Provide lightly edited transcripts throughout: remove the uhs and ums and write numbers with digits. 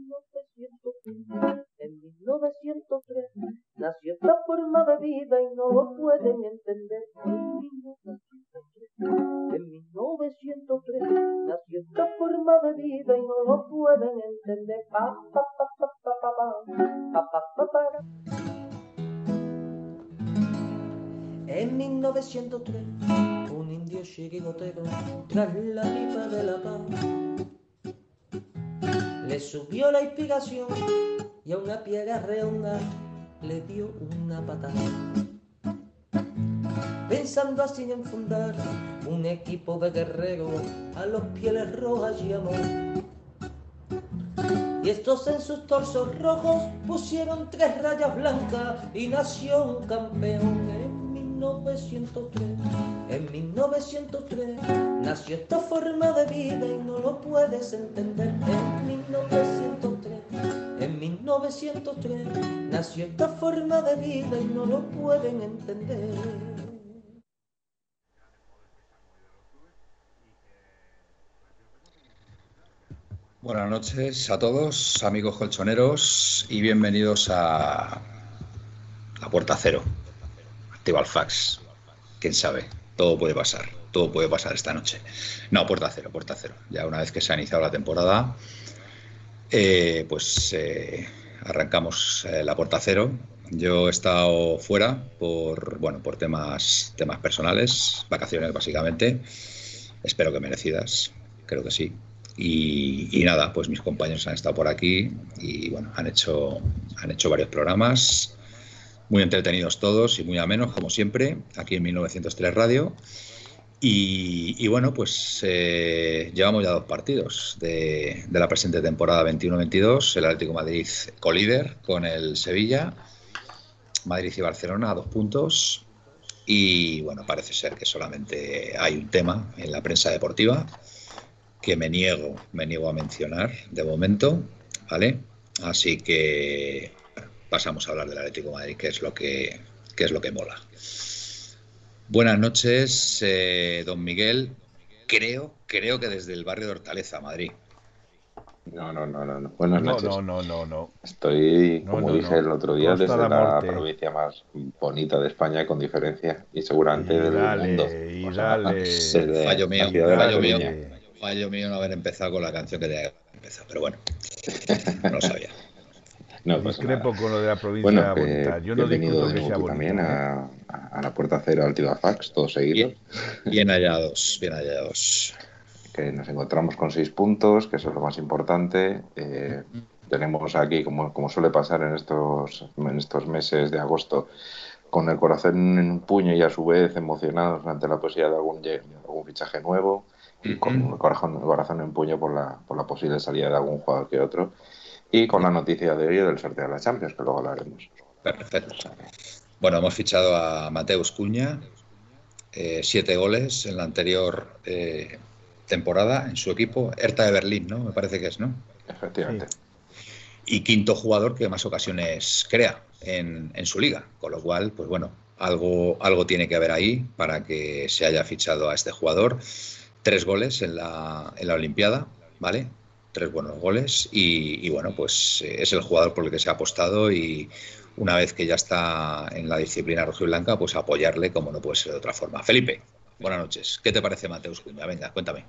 En 1903 nació esta forma de vida y no lo pueden entender. En 1903 nació esta forma de vida y no lo pueden entender. En 1903 un indio chirigotero tras la pipa de la paz le subió la inspiración y a una piedra redonda le dio una patada. Pensando así en fundar un equipo de guerreros a los pieles rojas llamó. Y estos en sus torsos rojos pusieron 3 rayas blancas y nació un campeón en 1903. En 1903 nació esta forma de vida y no lo puedes entender. En 1903, en 1903 nació esta forma de vida y no lo pueden entender. Buenas noches a todos, amigos colchoneros, y bienvenidos a La Puerta Cero. Activa el fax. Quién sabe, todo puede pasar esta noche. No, Puerta Cero. Ya una vez que se ha iniciado la temporada, arrancamos La Puerta Cero. Yo he estado fuera por temas personales, vacaciones básicamente. Espero que merecidas, creo que sí. Y nada, pues mis compañeros han estado por aquí y bueno, han hecho varios programas muy entretenidos todos y muy amenos, como siempre, aquí en 1903 Radio. Y bueno, pues llevamos ya 2 partidos de la presente temporada 21-22. El Atlético de Madrid colíder con el Sevilla, Madrid y Barcelona a 2 puntos. Y bueno, parece ser que solamente hay un tema en la prensa deportiva que me niego a mencionar de momento, ¿vale? Así que pasamos a hablar del Atlético de Madrid, que es lo que mola. Buenas noches, don Miguel. Creo que desde el barrio de Hortaleza, Madrid. No. Buenas noches. No. Estoy, como dije el otro día, Costa desde la provincia más bonita de España, con diferencia, y seguramente del mundo. Desde fallo mío no haber empezado con la canción que tenía que empezar, pero bueno, no lo sabía. No pasa Discrepo nada. con lo de la provincia Bueno, bonita. Yo no bienvenido discuto de que nuevo sea tú bonita. también a la Puerta Cero, al Tío Fax, todos seguidos. Bien hallados. Que nos encontramos con 6 puntos, que eso es lo más importante. Tenemos aquí, como suele pasar en estos meses de agosto, con el corazón en un puño y a su vez emocionados ante la posibilidad de algún fichaje nuevo, y con el corazón en puño por la posible salida de algún jugador que otro, y con la noticia de hoy del sorteo de la Champions, que luego hablaremos. Perfecto. Bueno, hemos fichado a Mateus Cunha, 7 goles en la anterior temporada en su equipo, Hertha de Berlín, ¿no? Me parece que es, ¿no? Efectivamente. Sí. Y quinto jugador que más ocasiones crea en su liga, con lo cual, pues bueno, algo tiene que haber ahí para que se haya fichado a este jugador. 3 goles en la Olimpiada, ¿vale? 3 buenos goles y bueno, pues es el jugador por el que se ha apostado, y una vez que ya está en la disciplina rojiblanca, pues apoyarle como no puede ser de otra forma. Felipe, buenas noches. ¿Qué te parece Mateus Cunha? Venga, cuéntame.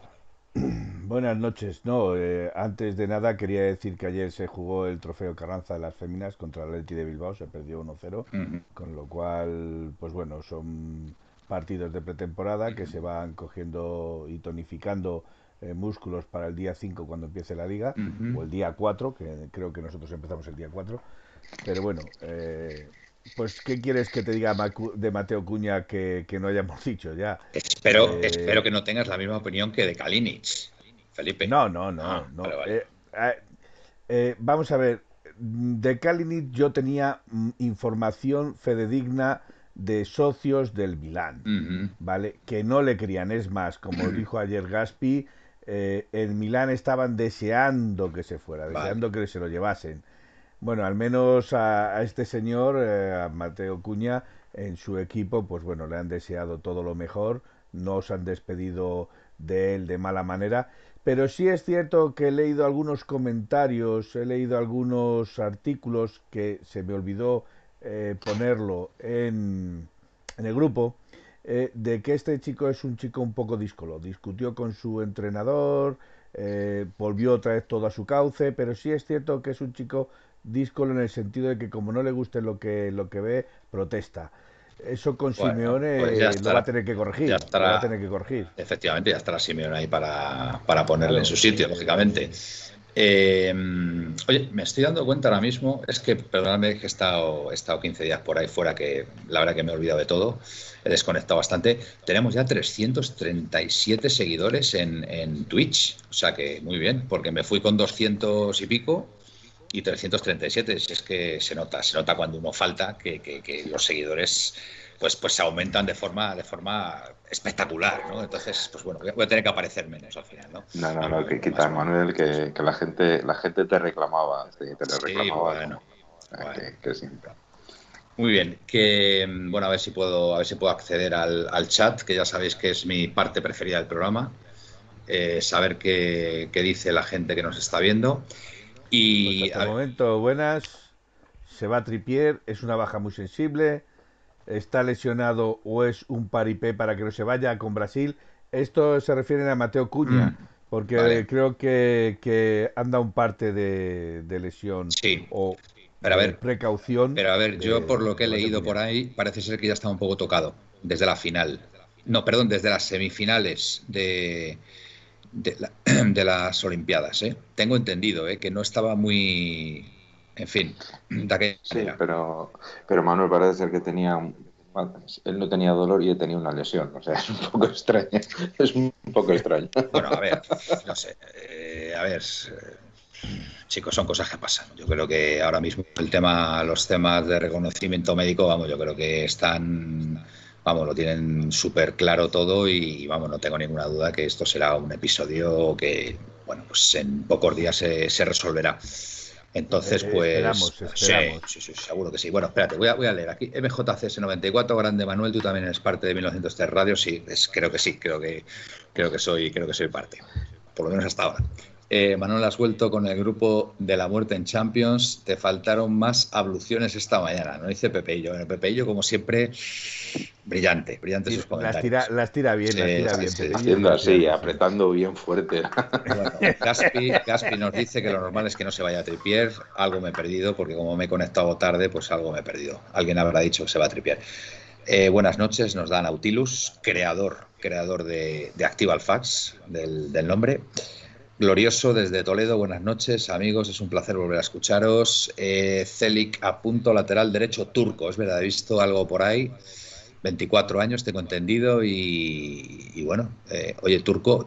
Buenas noches. Antes de nada quería decir que ayer se jugó el Trofeo Carranza de las Féminas contra el Athletic de Bilbao, se perdió 1-0, con lo cual, pues bueno, son partidos de pretemporada que se van cogiendo y tonificando músculos para el día 5 cuando empiece la liga, o el día 4, que creo que nosotros empezamos el día 4. Pero bueno, pues ¿qué quieres que te diga de Mateo Cunha que no hayamos dicho ya? Espero que no tengas la misma opinión que de Kalinic, Felipe. No. Vale. Vamos a ver, de Kalinic yo tenía información fidedigna de socios del Milán, ¿vale? Que no le querían. Es más, como dijo ayer Gaspi, el Milán estaban deseando que se fuera, deseando que se lo llevasen. Bueno, al menos a este señor, a Mateo Cunha, en su equipo, pues bueno, le han deseado todo lo mejor, no se han despedido de él de mala manera, pero sí es cierto que he leído algunos comentarios, he leído algunos artículos que se me olvidó ponerlo en el grupo, de que este chico es un chico un poco díscolo. Discutió con su entrenador, volvió otra vez todo a su cauce, pero sí es cierto que es un chico díscolo en el sentido de que como no le guste lo que ve, protesta. Eso con Bueno, pues ya Simeone lo va a estará, tener que ya corregir, lo va a estará, tener que corregir. efectivamente, ya estará Simeone ahí para ponerle en Claro. su sitio, lógicamente. Oye, me estoy dando cuenta ahora mismo, es que, perdóname, que he estado 15 días por ahí fuera, que la verdad que me he olvidado de todo, he desconectado bastante. Tenemos ya 337 seguidores en Twitch, o sea que muy bien, porque me fui con 200 y pico y 337, si es que se nota cuando uno falta que los seguidores pues se aumentan de forma espectacular, ¿no? Entonces, pues bueno, voy a tener que aparecer menos al final, ¿no? No, que quita, Manuel, que la gente te reclamaba, te lo Sí, reclamaba bueno, bueno. que siempre. Muy bien, que bueno, a ver si puedo acceder al chat, que ya sabéis que es mi parte preferida del programa, saber qué dice la gente que nos está viendo. Pues Y hasta el momento, buenas. Se va Trippier, es una baja muy sensible. Está lesionado o es un paripé para que no se vaya con Brasil. Esto se refiere a Mateo Cuña, porque vale, creo que anda un parte de lesión sí, o pero a de ver, precaución yo por lo que he de Mateo leído por Cuña. ahí, parece ser que ya está un poco tocado desde la final. No, perdón, desde las semifinales de las Olimpiadas, ¿eh? Tengo entendido, ¿eh? Que no estaba muy, en fin, de aquella Sí, manera. pero Manuel parece ser que él no tenía dolor y él tenía una lesión, o sea, es un poco extraño, es un poco extraño. Bueno, a ver, no sé, a ver, chicos, son cosas que pasan. Yo creo que ahora mismo los temas de reconocimiento médico, vamos, yo creo que están, vamos, lo tienen súper claro todo y, vamos, no tengo ninguna duda que esto será un episodio que, bueno, pues en pocos días se resolverá. Entonces, pues, sí, Esperamos. seguro que sí. Bueno, espérate, voy a leer aquí. MJCS94, grande Manuel, tú también eres parte de 1903 Radio. Sí, creo que soy parte, por lo menos hasta ahora. Manuel, has vuelto con el grupo de la muerte en Champions. Te faltaron más abluciones esta mañana, ¿no? Dice Pepeillo. Bueno, Pepeillo, como siempre, brillante sus comentarios. Las tira bien, las tira bien. Sí. Pepillo es Haciendo muy así, fiable, sí. apretando bien fuerte. Bueno, Gaspi nos dice que lo normal es que no se vaya a Trippier. Algo me he perdido, porque como me he conectado tarde, pues algo me he perdido. Alguien habrá dicho que se va a Trippier. Buenas noches, nos da Nautilus, creador de Activa Fax, del nombre. Glorioso desde Toledo, buenas noches, amigos, es un placer volver a escucharos. Celic a punto lateral derecho turco, es verdad, he visto algo por ahí. 24 años, tengo entendido, y bueno, oye, turco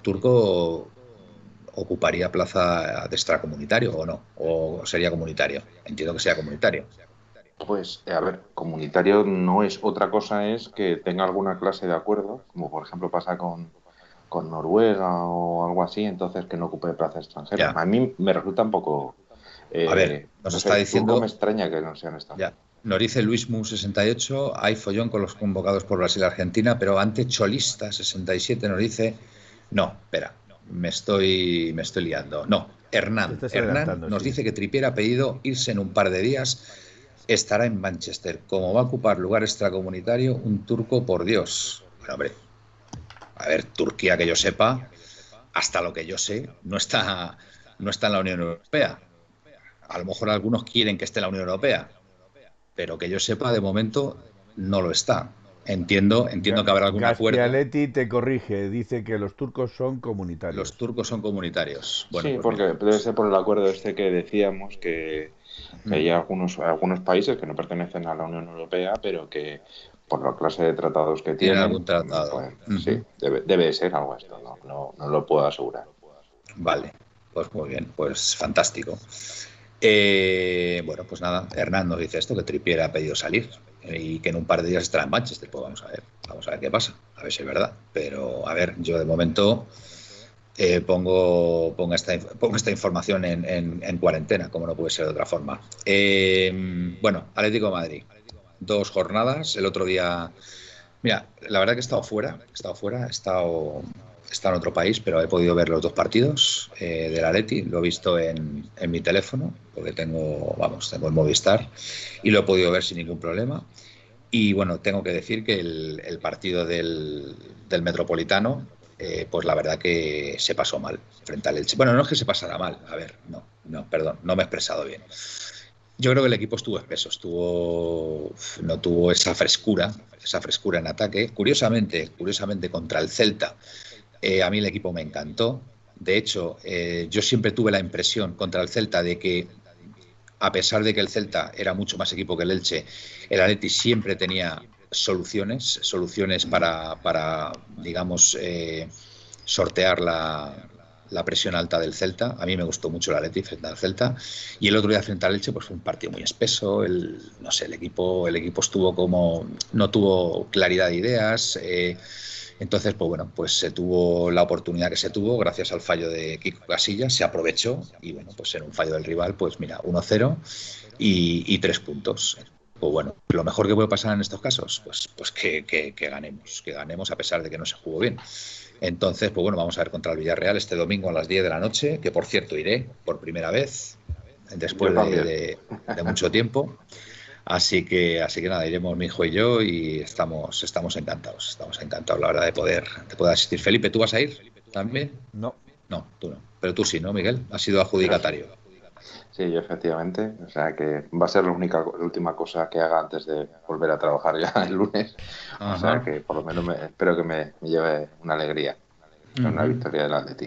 ocuparía plaza de extracomunitario o no, o sería comunitario. Entiendo que sea comunitario. Pues, a ver, comunitario no es otra cosa, es que tenga alguna clase de acuerdo, como por ejemplo pasa con Noruega o algo así, entonces que no ocupe plaza extranjera. Ya. A mí me resulta un poco, A ver, nos no está sé, turco me diciendo, extraña que no sean ya, extranjeros. nos dice Luis Mu 68, hay follón con los convocados por Brasil y Argentina, pero ante Cholista 67 nos dice, no, espera, me estoy liando. No, Te estás Hernán adelantando, nos sí. dice que Trippier ha pedido irse en un par de días, estará en Manchester. Como va a ocupar lugar extracomunitario, un turco, por Dios. Bueno, hombre, a ver, Turquía, que yo sepa, hasta lo que yo sé, no está en la Unión Europea. A lo mejor algunos quieren que esté en la Unión Europea, pero que yo sepa, de momento no lo está. Entiendo que habrá algún acuerdo. Gaspialetti te corrige, dice que los turcos son Los comunitarios. turcos son comunitarios. Bueno, Sí, pues porque mira. debe ser por el acuerdo este que decíamos que hay Mm. algunos países que no pertenecen a la Unión Europea, pero que por la clase de tratados que Tienen tienen, algún tratado. pues sí, Ujú. debe ser algo esto, no lo puedo asegurar. Vale, pues muy bien, pues fantástico. Bueno, pues nada, Hernán nos dice esto, que Trippier ha pedido salir y que en un par de días estará en Manchester. Pues vamos a ver qué pasa, a ver si es verdad. Pero a ver, yo de momento pongo esta información en cuarentena, como no puede ser de otra forma. Bueno, Atlético de Madrid, 2 jornadas, el otro día. Mira, la verdad que he estado fuera, he está en otro país, pero he podido ver los 2 partidos del Atleti. Lo he visto en mi teléfono, porque tengo el Movistar, y lo he podido ver sin ningún problema. Y bueno, tengo que decir que el partido del Metropolitano, pues la verdad que se pasó mal frente al Elche. Bueno, no es que se pasara mal, a ver, perdón, no me he expresado bien. Yo creo que el equipo estuvo espeso, no tuvo esa frescura en ataque. Curiosamente contra el Celta, a mí el equipo me encantó. De hecho, yo siempre tuve la impresión contra el Celta de que, a pesar de que el Celta era mucho más equipo que el Elche, el Atleti siempre tenía soluciones para digamos, sortear la presión alta del Celta. A mí me gustó mucho el Atleti frente al Celta, y el otro día frente al Elche pues fue un partido muy espeso. El equipo estuvo como, no tuvo claridad de ideas. Entonces, pues bueno, pues se tuvo la oportunidad que se tuvo gracias al fallo de Kiko Casillas, se aprovechó, y bueno, pues en un fallo del rival, pues mira, 1-0 y 3 puntos. Pues bueno, lo mejor que puede pasar en estos casos, pues que ganemos a pesar de que no se jugó bien. Entonces, pues bueno, vamos a ver contra el Villarreal este domingo a las 10 de la noche, que por cierto iré por primera vez después de mucho tiempo. Así que nada, iremos mi hijo y yo, y estamos encantados, la verdad, de poder asistir. Felipe, ¿tú vas a ir también? No. No, tú no. Pero tú sí, ¿no, Miguel? Has sido adjudicatario. Sí, yo efectivamente. O sea que va a ser la última cosa que haga antes de volver a trabajar ya el lunes. Ajá. O sea que por lo menos espero que me lleve una alegría, una victoria del Atleti.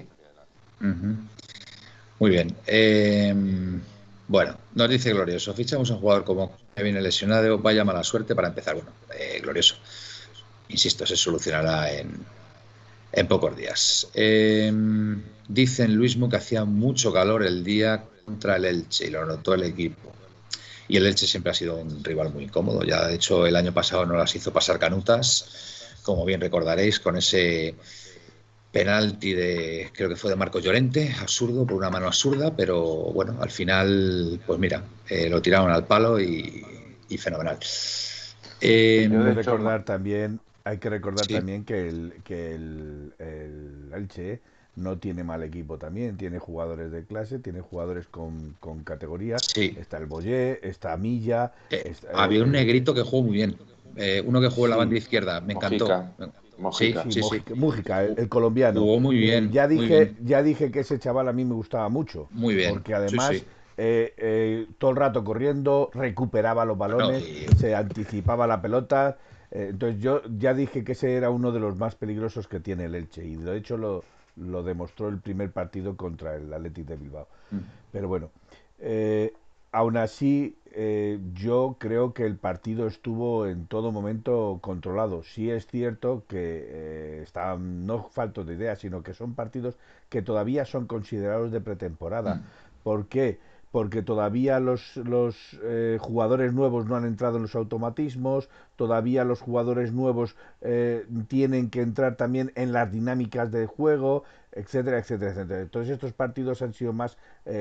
Muy bien. Bueno, nos dice Glorioso, fichamos a un jugador como que viene lesionado, vaya mala suerte para empezar. Bueno, Glorioso, insisto, se solucionará en pocos días. Dicen Luismo que hacía mucho calor el día contra el Elche y lo notó el equipo. Y el Elche siempre ha sido un rival muy incómodo. Ya, de hecho, el año pasado no las hizo pasar canutas, como bien recordaréis, con ese penalti creo que fue de Marcos Llorente, absurdo, por una mano absurda, pero bueno, al final, pues mira, lo tiraron al palo y fenomenal. Hay que recordar también que el Elche no tiene mal equipo también, tiene jugadores de clase, tiene jugadores con categoría. Sí. Está el Boyé, está Milla. Había un negrito que jugó muy bien, uno que jugó en la banda izquierda, me encantó. Mújica, el colombiano. Jugó muy bien. Ya dije que ese chaval a mí me gustaba mucho. Muy bien. Porque además todo el rato corriendo, recuperaba los balones, se anticipaba la pelota. Entonces yo ya dije que ese era uno de los más peligrosos que tiene el Elche, y de hecho lo demostró el primer partido contra el Athletic de Bilbao. Pero bueno, aún así, yo creo que el partido estuvo en todo momento controlado. Sí es cierto que no falto de ideas, sino que son partidos que todavía son considerados de pretemporada. ¿Por qué? Porque todavía los jugadores nuevos no han entrado en los automatismos, todavía los jugadores nuevos tienen que entrar también en las dinámicas de juego, etcétera, etcétera, etcétera. Entonces estos partidos han sido más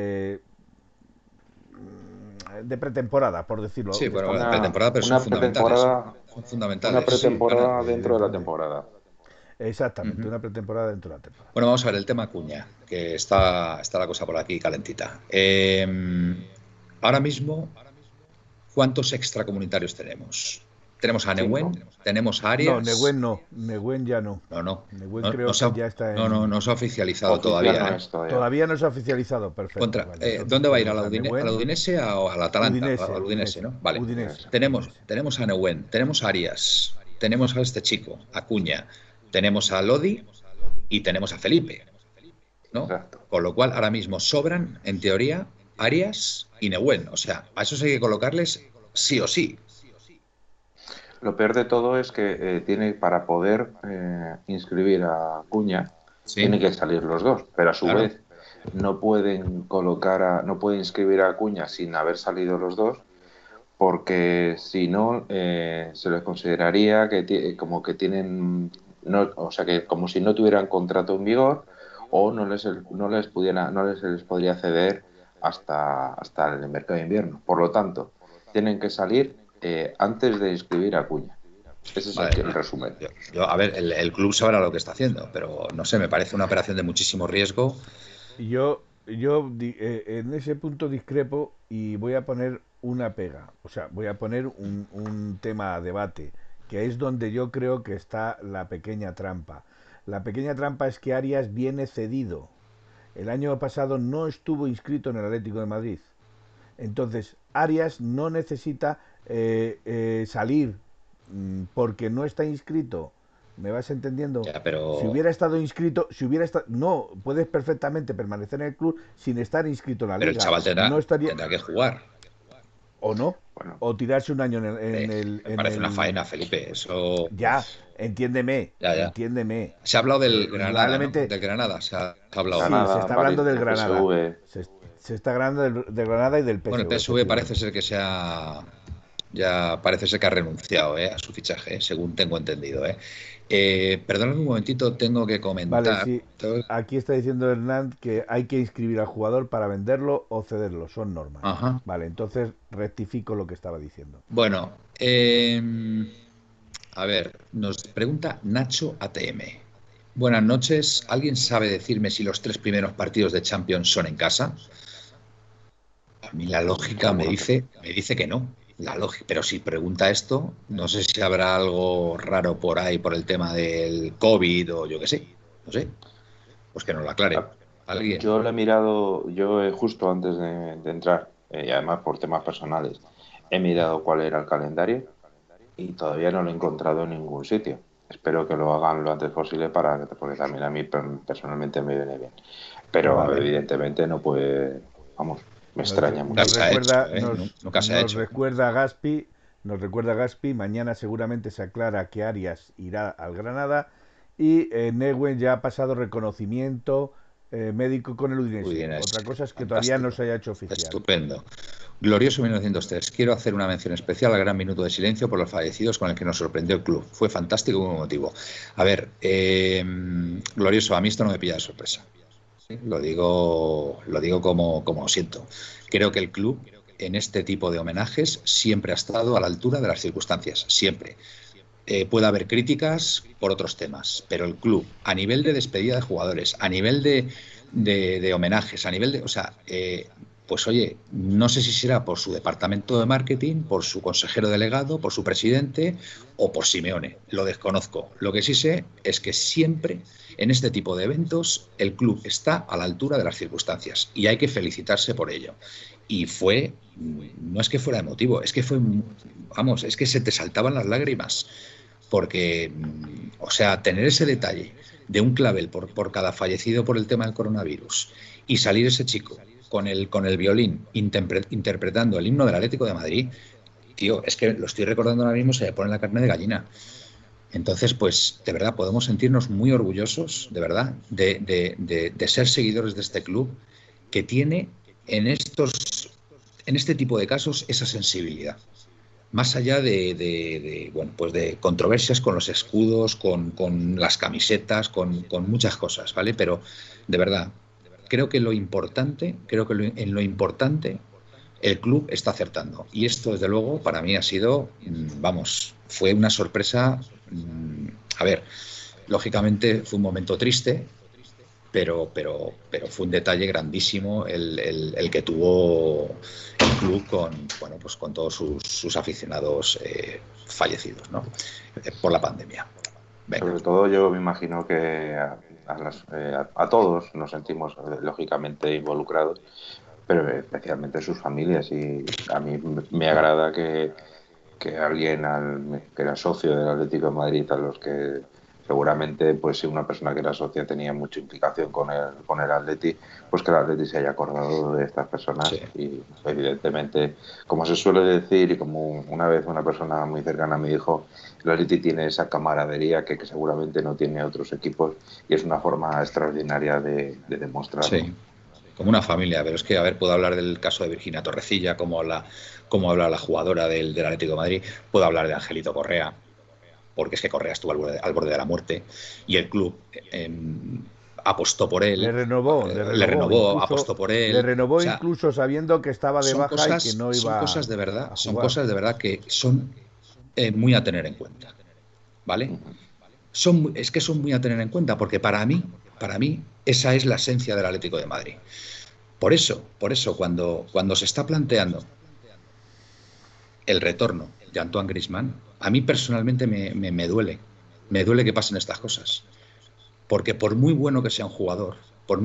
de pretemporada, por decirlo. Sí, bueno, pretemporada, pero son fundamentales. Una pretemporada dentro de la temporada. Exactamente, una pretemporada dentro de la temporada. Bueno, vamos a ver el tema Acuña, que está la cosa por aquí calentita. Ahora mismo, ¿cuántos extracomunitarios tenemos? Tenemos a Nehuen, tenemos a Arias. No, Nehuen ya no. Nehuen creo que ya está en... No se ha oficializado todavía. Todavía no se ha oficializado, perfecto. ¿Dónde va a ir? ¿A la Udinese o al Atalanta? Al Udinese, ¿no? Vale. Udinese. Tenemos a Nehuen, tenemos a Arias, tenemos a este chico, Acuña, tenemos a Lodi y tenemos a Felipe, ¿no? Exacto. Con lo cual, ahora mismo sobran, en teoría, Arias y Nehuen. O sea, a esos hay que colocarles sí o sí. Lo peor de todo es que para poder inscribir a Acuña, tienen que salir los dos, pero a su vez no pueden inscribir a Acuña sin haber salido los dos, porque si no se les consideraría que como que tienen, o sea, que como si no tuvieran contrato en vigor, o no les podría ceder hasta el mercado de invierno. Por lo tanto, tienen que salir antes de inscribir a Acuña. Ese es Vale, el resumen. A ver, el club sabrá lo que está haciendo, pero no sé, me parece una operación de muchísimo riesgo. En ese punto discrepo y voy a poner una pega, o sea, voy a poner un tema a debate, que es donde yo creo que está la pequeña trampa. La pequeña trampa es que Arias viene cedido. El año pasado no estuvo inscrito en el Atlético de Madrid. Entonces, Arias no necesita salir porque no está inscrito. ¿Me vas entendiendo? Ya, Si pero, hubiera estado inscrito, si hubiera estado, no, puedes perfectamente permanecer en el club sin estar inscrito en la pero el liga. chaval No estaría, tendrá que jugar. o no, Bueno, o tirarse un año Me parece una faena, Felipe. Eso. ya, entiéndeme, Ya, ya. entiéndeme. Se ha hablado del Granada, ¿no? Indudablemente, Del Granada se ha hablado. sí, se Granada, está hablando del Valencia, Granada. PSV. Se está hablando del Granada y del Bueno, el PSV, PSV parece efectivamente. ser que ya parece ser que ha renunciado a su fichaje, según tengo entendido. Perdóname un momentito, tengo que Vale, comentar. sí. Aquí está diciendo Hernán que hay que inscribir al jugador para venderlo o cederlo. Son normas. Ajá. Vale, entonces rectifico lo que estaba diciendo. Bueno, a ver, nos pregunta Nacho ATM. Buenas noches. ¿Alguien sabe decirme si los 3 primeros partidos de Champions son en casa? A mí la lógica me dice que no. La lógica, pero si pregunta esto, no sé si habrá algo raro por ahí por el tema del COVID o yo qué sé. No sé. Pues que nos lo aclare. ¿Alguien? Yo lo he mirado, justo antes de entrar, y además por temas personales, he mirado cuál era el calendario y todavía no lo he encontrado en ningún sitio. Espero que lo hagan lo antes posible porque también a mí personalmente me viene bien. Pero Vale. evidentemente no puede, vamos, me extraña mucho. Nunca se ha hecho, ¿eh? Nunca se ha hecho. Nos recuerda Gaspi, mañana seguramente se aclara que Arias irá al Granada y Neuwen ya ha pasado reconocimiento médico con el Udinese. Otra cosa es que todavía no se haya hecho oficial. Estupendo. Glorioso 1903. Quiero hacer una mención especial al gran minuto de silencio por los fallecidos con el que nos sorprendió el club. Fue fantástico y muy emotivo. A ver, Glorioso, a mí esto no me pilla de sorpresa. Lo digo como siento. Creo que el club en este tipo de homenajes siempre ha estado a la altura de las circunstancias, siempre. Puede haber críticas por otros temas, pero el club, a nivel de despedida de jugadores, a nivel de homenajes, a nivel de... O sea, pues oye, no sé si será por su departamento de marketing, por su consejero delegado, por su presidente o por Simeone. Lo desconozco. Lo que sí sé es que siempre en este tipo de eventos el club está a la altura de las circunstancias y hay que felicitarse por ello. Y no es que fuera emotivo, es que es que se te saltaban las lágrimas. Porque, o sea, tener ese detalle de un clavel por cada fallecido por el tema del coronavirus y salir ese chico con el violín interpretando el himno del Atlético de Madrid, tío, es que lo estoy recordando ahora mismo, se me pone la carne de gallina. Entonces, pues, de verdad, podemos sentirnos muy orgullosos, de verdad, de ser seguidores de este club que tiene en este tipo de casos esa sensibilidad. Más allá de controversias con los escudos, con las camisetas, con muchas cosas, ¿vale? Pero, de verdad, creo que en lo importante el club está acertando. Y esto, desde luego, para mí ha sido, fue una sorpresa. A ver, lógicamente fue un momento triste, pero fue un detalle grandísimo el que tuvo el club con todos sus aficionados fallecidos, ¿no? Por la pandemia. Venga. Sobre todo yo me imagino que a todos nos sentimos lógicamente involucrados, pero especialmente sus familias, y a mí me agrada que alguien que era socio del Atlético de Madrid, a los que seguramente, pues si una persona que era socia tenía mucha implicación con el Atleti, pues que el Atleti se haya acordado de estas personas. Sí. Y evidentemente, como se suele decir, y como una vez una persona muy cercana me dijo, el Atleti tiene esa camaradería que seguramente no tiene otros equipos, y es una forma extraordinaria de demostrarlo. Sí, como una familia, pero es que, a ver, puedo hablar del caso de Virginia Torrecilla, como habla la jugadora del Atlético de Madrid, puedo hablar de Angelito Correa, porque es que Correa estuvo al borde de la muerte y el club apostó por él. Le renovó, apostó por él. Le renovó, o sea, incluso sabiendo que estaba de baja y que no iba son cosas de verdad que son muy a tener en cuenta. ¿vale? Es que son muy a tener en cuenta, porque para mí, esa es la esencia del Atlético de Madrid. Por eso, cuando se está planteando el retorno de Antoine Griezmann, a mí personalmente me duele. Me duele que pasen estas cosas. Porque por muy bueno que sea un jugador,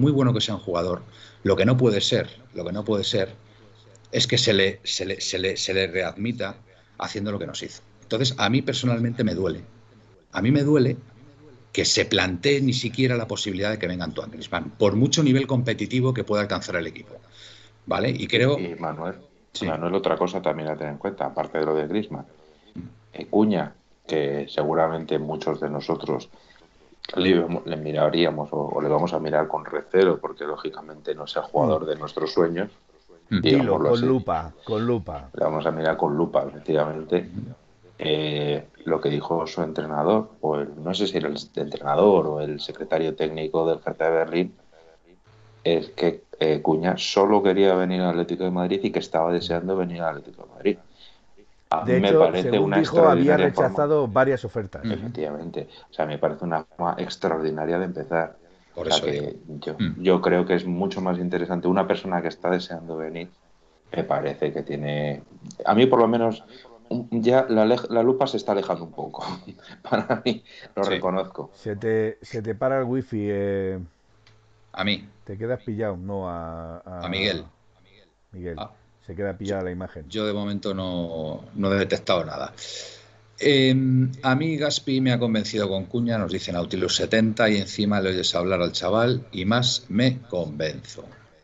lo que no puede ser es que se le readmita haciendo lo que nos hizo. Entonces, a mí personalmente me duele. A mí me duele que se plantee ni siquiera la posibilidad de que venga Antoine Griezmann, por mucho nivel competitivo que pueda alcanzar el equipo. ¿Vale? Y creo... Y Manuel, sí. Otra cosa también a tener en cuenta, aparte de lo de Griezmann. Cuña, que seguramente muchos de nosotros le miraríamos o le vamos a mirar con recelo, porque lógicamente no es el jugador de nuestros sueños. Dilo, con así. lupa. Le vamos a mirar con lupa, efectivamente. Lo que dijo su entrenador, no sé si era el entrenador o el secretario técnico del Hertha de Berlín, es que Cuña solo quería venir al Atlético de Madrid y que estaba deseando venir al Atlético de Madrid. De hecho, según dijo, había rechazado varias ofertas. Efectivamente. O sea, me parece una forma extraordinaria de empezar. Por eso que yo creo que es mucho más interesante una persona que está deseando venir. Me parece que tiene... A mí, por lo menos, ya la lupa se está alejando un poco. Para mí, lo reconozco. Se te para el wifi. A mí. Te quedas pillado, no a Miguel. Miguel. Se queda pillada la imagen. Yo de momento no he detectado nada. A mí Gaspi me ha convencido con Cuña, nos dice Nautilus 70, y encima le oyes hablar al chaval y más me convence.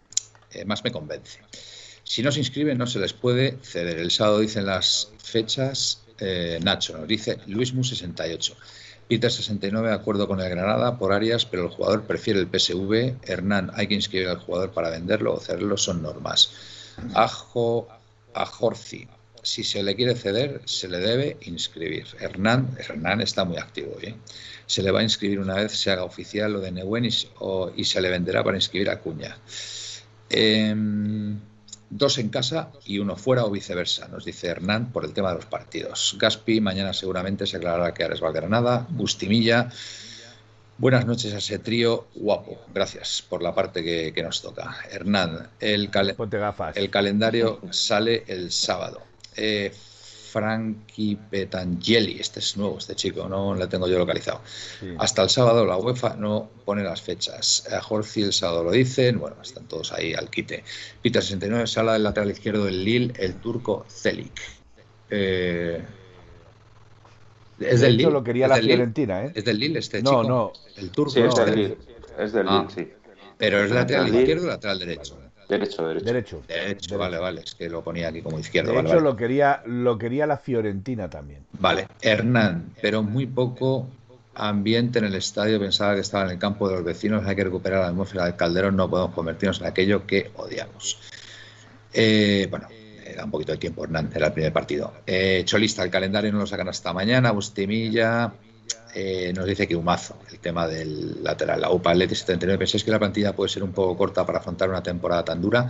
Si no se inscriben no se les puede ceder. El sábado dicen las fechas. Nacho nos dice Luismu 68. Peter 69, acuerdo con el Granada por Arias, pero el jugador prefiere el PSV. Hernán, hay que inscribir al jugador para venderlo o cederlo, son normas. Ajorci, si se le quiere ceder, se le debe inscribir. Hernán está muy activo, ¿eh? Se le va a inscribir una vez se haga oficial lo de Neuen y se le venderá para inscribir a Cuña. 2 en casa y 1 fuera o viceversa, nos dice Hernán por el tema de los partidos. Gaspi, mañana seguramente se aclarará que Ares va a Granada. Bustimilla, buenas noches a ese trío guapo. Gracias por la parte que nos toca. Hernán, el calendario sale el sábado. Frankie Petangeli, este es nuevo, este chico, no le tengo yo localizado. Sí. Hasta el sábado la UEFA no pone las fechas. A Jorge el sábado lo dicen, bueno, están todos ahí al quite. Peter 69, sala del lateral izquierdo del Lille, el turco Celik. Es del Lille. Lo quería la Fiorentina, ¿eh? ¿Es del Lille este chico? No. El turco. Sí, es del Lille. Es del Lille, sí. Pero es lateral izquierdo o lateral derecho. Derecho. Vale, es que lo ponía aquí como izquierdo. De hecho, vale. Lo quería la Fiorentina también. Vale, Hernán, pero muy poco ambiente en el estadio, pensaba que estaba en el campo de los vecinos, hay que recuperar la atmósfera del Calderón, no podemos convertirnos en aquello que odiamos. Bueno, da un poquito de tiempo, Hernán, era el primer partido. Cholista, el calendario no lo sacan hasta mañana, Bustimilla... nos dice que humazo el tema del lateral. La UPA Atleti 79. ¿Pensáis que la plantilla puede ser un poco corta para afrontar una temporada tan dura?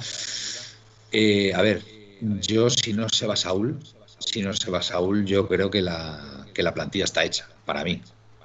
A ver, yo si no se va Saúl, yo creo que la plantilla está hecha, para mí,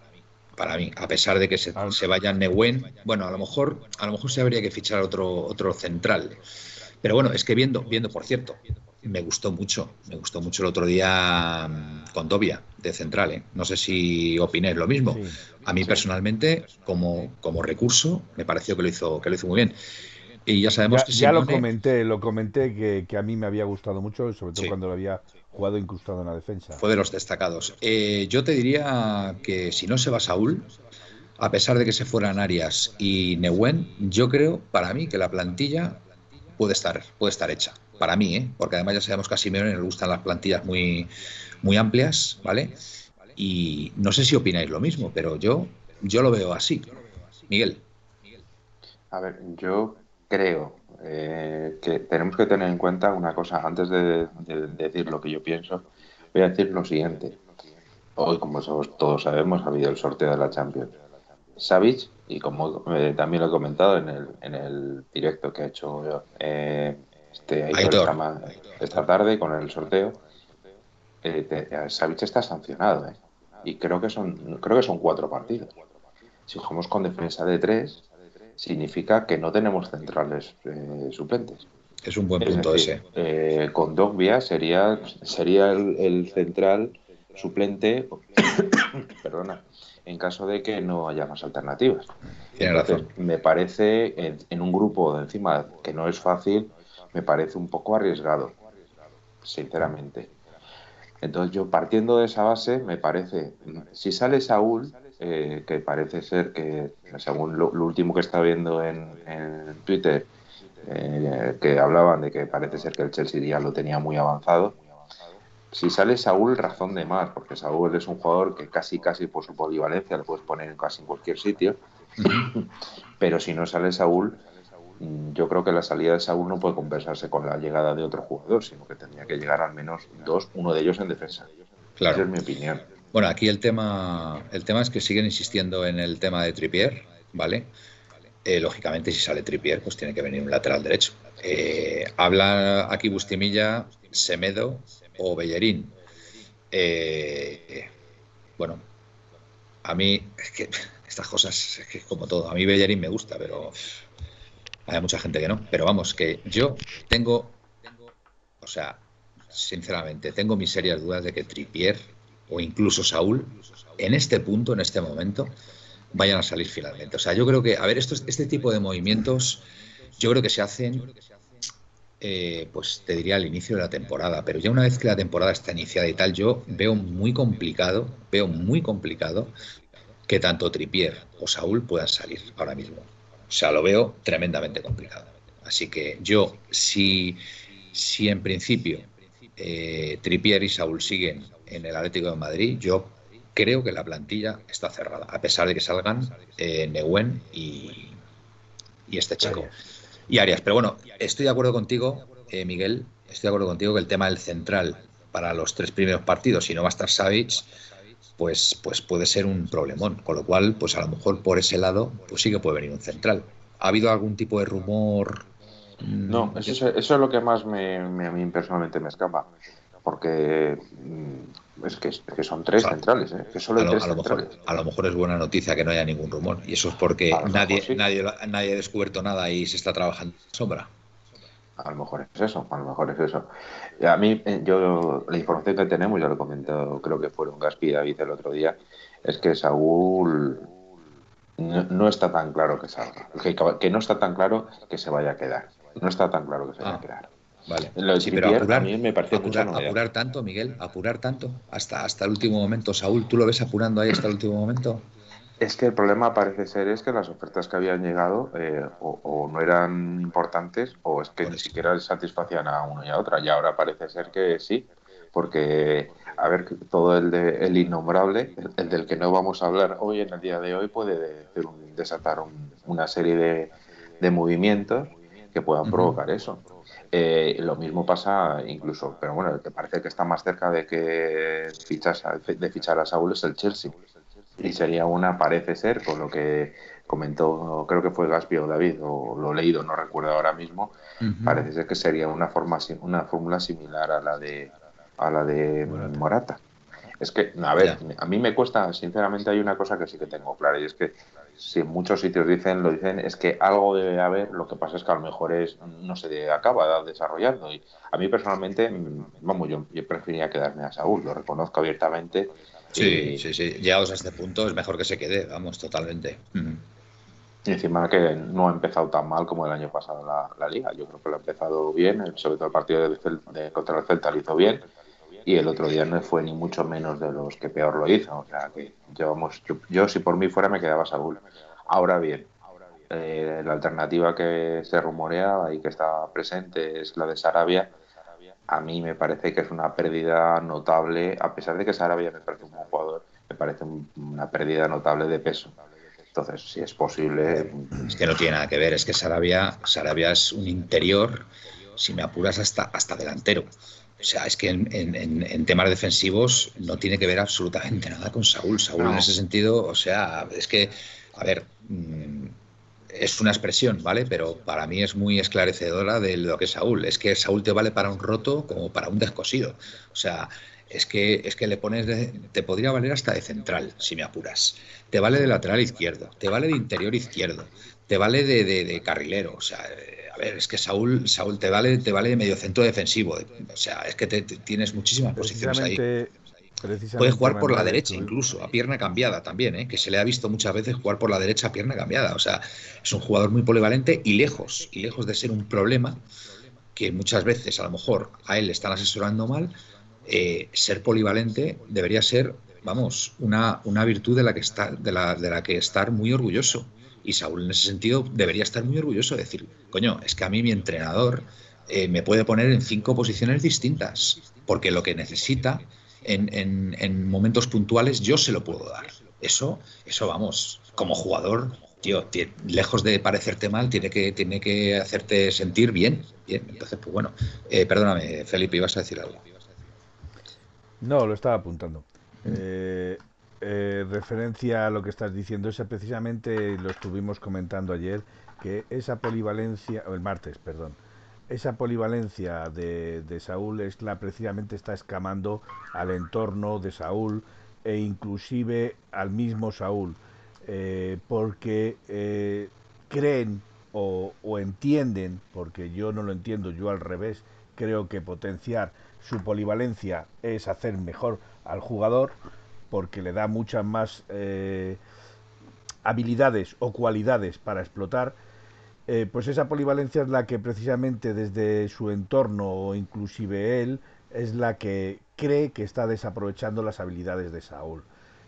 a pesar de que se vaya Neuen. Bueno, a lo mejor se habría que fichar otro central. Pero bueno, es que viendo, por cierto, me gustó mucho el otro día con Dobia de central, ¿eh? No sé si opináis lo mismo. Sí, a mí personalmente, como recurso, me pareció que lo hizo muy bien. Y ya sabemos que ya lo comenté que a mí me había gustado mucho, sobre todo cuando lo había jugado incrustado en la defensa. Fue de los destacados. Yo te diría que si no se va Saúl, a pesar de que se fueran Arias y Neuen, yo creo, para mí, que la plantilla puede estar hecha. Para mí, porque además ya sabemos que a Simeone le gustan las plantillas muy, muy amplias, ¿vale? Y no sé si opináis lo mismo, pero yo lo veo así. Miguel. A ver, yo creo que tenemos que tener en cuenta una cosa. Antes de decir lo que yo pienso, voy a decir lo siguiente. Hoy, como todos sabemos, ha habido el sorteo de la Champions. Savic, y como también lo he comentado en el directo que ha hecho esta tarde con el sorteo, Savic está sancionado, y creo que son 4 partidos. Si jugamos con defensa de 3, significa que no tenemos centrales suplentes. Es un buen Es punto decir, ese. con Dogbia sería el central suplente, perdona, en caso de que no haya más alternativas. Tiene Entonces, razón. me parece, en un grupo de encima que no es fácil, me parece un poco arriesgado, sinceramente. Entonces, yo partiendo de esa base, me parece, si sale Saúl, que parece ser que, según lo último que está viendo en Twitter, que hablaban de que parece ser que el Chelsea ya lo tenía muy avanzado. Si sale Saúl, razón de más, porque Saúl es un jugador que casi por su polivalencia le puedes poner casi en cualquier sitio. Pero si no sale Saúl, yo creo que la salida de Saúl no puede compensarse con la llegada de otro jugador, sino que tendría que llegar al menos 2, uno de ellos en defensa. Claro. Esa es mi opinión. Bueno, aquí el tema es que siguen insistiendo en el tema de Trippier, ¿vale? Lógicamente, si sale Trippier, pues tiene que venir un lateral derecho. Habla aquí Bustimilla, Semedo o Bellerín. Bueno, a mí es que estas cosas, es que como todo, a mí Bellerín me gusta, pero hay mucha gente que no. Pero vamos, que yo tengo, o sea, sinceramente, tengo mis serias dudas de que Trippier o incluso Saúl, en este punto, en este momento, vayan a salir finalmente. O sea, yo creo que, a ver, este tipo de movimientos, yo creo que se hacen, pues te diría al inicio de la temporada, pero ya una vez que la temporada está iniciada y tal, yo veo muy complicado que tanto Trippier o Saúl puedan salir ahora mismo. O sea, lo veo tremendamente complicado. Así que yo, si en principio Trippier y Saúl siguen en el Atlético de Madrid, yo creo que la plantilla está cerrada, a pesar de que salgan Neuen y este chico. Y Arias. Pero bueno, estoy de acuerdo contigo, Miguel, estoy de acuerdo contigo que el tema del central para los 3 primeros partidos, si no va a estar Savic, pues puede ser un problemón. Con lo cual, pues a lo mejor por ese lado, pues sí que puede venir un central. ¿Ha habido algún tipo de rumor? No, eso es lo que más a mí personalmente me escapa. Porque es que son 3 centrales, que solo hay 3 centrales. A lo mejor es buena noticia que no haya ningún rumor. Y eso es porque nadie ha descubierto nada y se está trabajando en sombra. A lo mejor es eso. A mí, la información que tenemos, ya lo he comentado, creo que fueron Gaspi y David el otro día, es que Saúl no está tan claro que salga. Que no está tan claro que se vaya a quedar. No está tan claro que se vaya a quedar. Vale. Lo de Trippier, pero a mí me parece apurar tanto, Miguel, apurar tanto hasta el último momento. Saúl, ¿tú lo ves apurando ahí hasta el último momento? Es que el problema parece ser es que las ofertas que habían llegado o no eran importantes o es que ni siquiera satisfacían a una y a otra. Y ahora parece ser que sí, porque, a ver, todo el innombrable, el del que no vamos a hablar hoy, en el día de hoy, puede desatar una serie de movimientos que puedan provocar eso. Lo mismo pasa incluso, pero bueno, el que parece que está más cerca de fichar a Saúl es el Chelsea. Y sería parece ser, por lo que comentó, creo que fue Gaspi o David, o lo he leído, no recuerdo ahora mismo, parece ser que sería una fórmula similar a la de Morata. Es que, a ver, a mí me cuesta, sinceramente hay una cosa que sí que tengo clara, y es que si en muchos sitios lo dicen, es que algo debe haber, lo que pasa es que a lo mejor no se acaba desarrollando. Y a mí personalmente, vamos, yo preferiría quedarme a Saúl, lo reconozco abiertamente. Sí. Llegados a este punto es mejor que se quede, vamos, totalmente. Y encima que no ha empezado tan mal como el año pasado la Liga. Yo creo que lo ha empezado bien, sobre todo el partido contra el Celta lo hizo bien. Y el otro día no fue ni mucho menos de los que peor lo hizo. O sea que yo si por mí fuera me quedaba Saúl. Ahora bien, la alternativa que se rumorea y que está presente es la de Sarabia. A mí me parece que es una pérdida notable, a pesar de que Sarabia me parece un buen jugador, me parece una pérdida notable de peso. Entonces, si es posible... Es que no tiene nada que ver, es que Sarabia es un interior, si me apuras, hasta delantero. O sea, es que en temas defensivos no tiene que ver absolutamente nada con Saúl. Saúl en ese sentido, o sea, es que, a ver, es una expresión, ¿vale? Pero para mí es muy esclarecedora de lo que es Saúl. Es que Saúl te vale para un roto como para un descosido. O sea, es que le pones te podría valer hasta de central, si me apuras. Te vale de lateral izquierdo, te vale de interior izquierdo, te vale de carrilero. O sea, a ver, es que Saúl te vale de mediocentro defensivo. O sea, es que tienes muchísimas posiciones ahí. Puede jugar por la derecha incluso, a pierna cambiada también, que se le ha visto muchas veces jugar por la derecha a pierna cambiada. O sea, es un jugador muy polivalente y lejos de ser un problema, que muchas veces a lo mejor a él le están asesorando mal. Ser polivalente debería ser, vamos, una virtud de la que estar muy orgulloso. Y Saúl en ese sentido debería estar muy orgulloso de decir, coño, es que a mí mi entrenador me puede poner en 5 posiciones distintas, porque lo que necesita en momentos puntuales yo se lo puedo dar. Eso vamos, como jugador, tío, lejos de parecerte mal, tiene que hacerte sentir bien. Entonces, pues bueno, perdóname, Felipe, ibas a decir algo. No, lo estaba apuntando. Referencia a lo que estás diciendo, esa precisamente lo estuvimos comentando ayer, que esa polivalencia, o el martes, perdón, esa polivalencia de Saúl es precisamente está escamando al entorno de Saúl e inclusive al mismo Saúl, porque creen o entienden, porque yo no lo entiendo, yo al revés, creo que potenciar su polivalencia es hacer mejor al jugador, porque le da muchas más habilidades o cualidades para explotar. Pues esa polivalencia es la que precisamente desde su entorno o inclusive él es la que cree que está desaprovechando las habilidades de Saúl.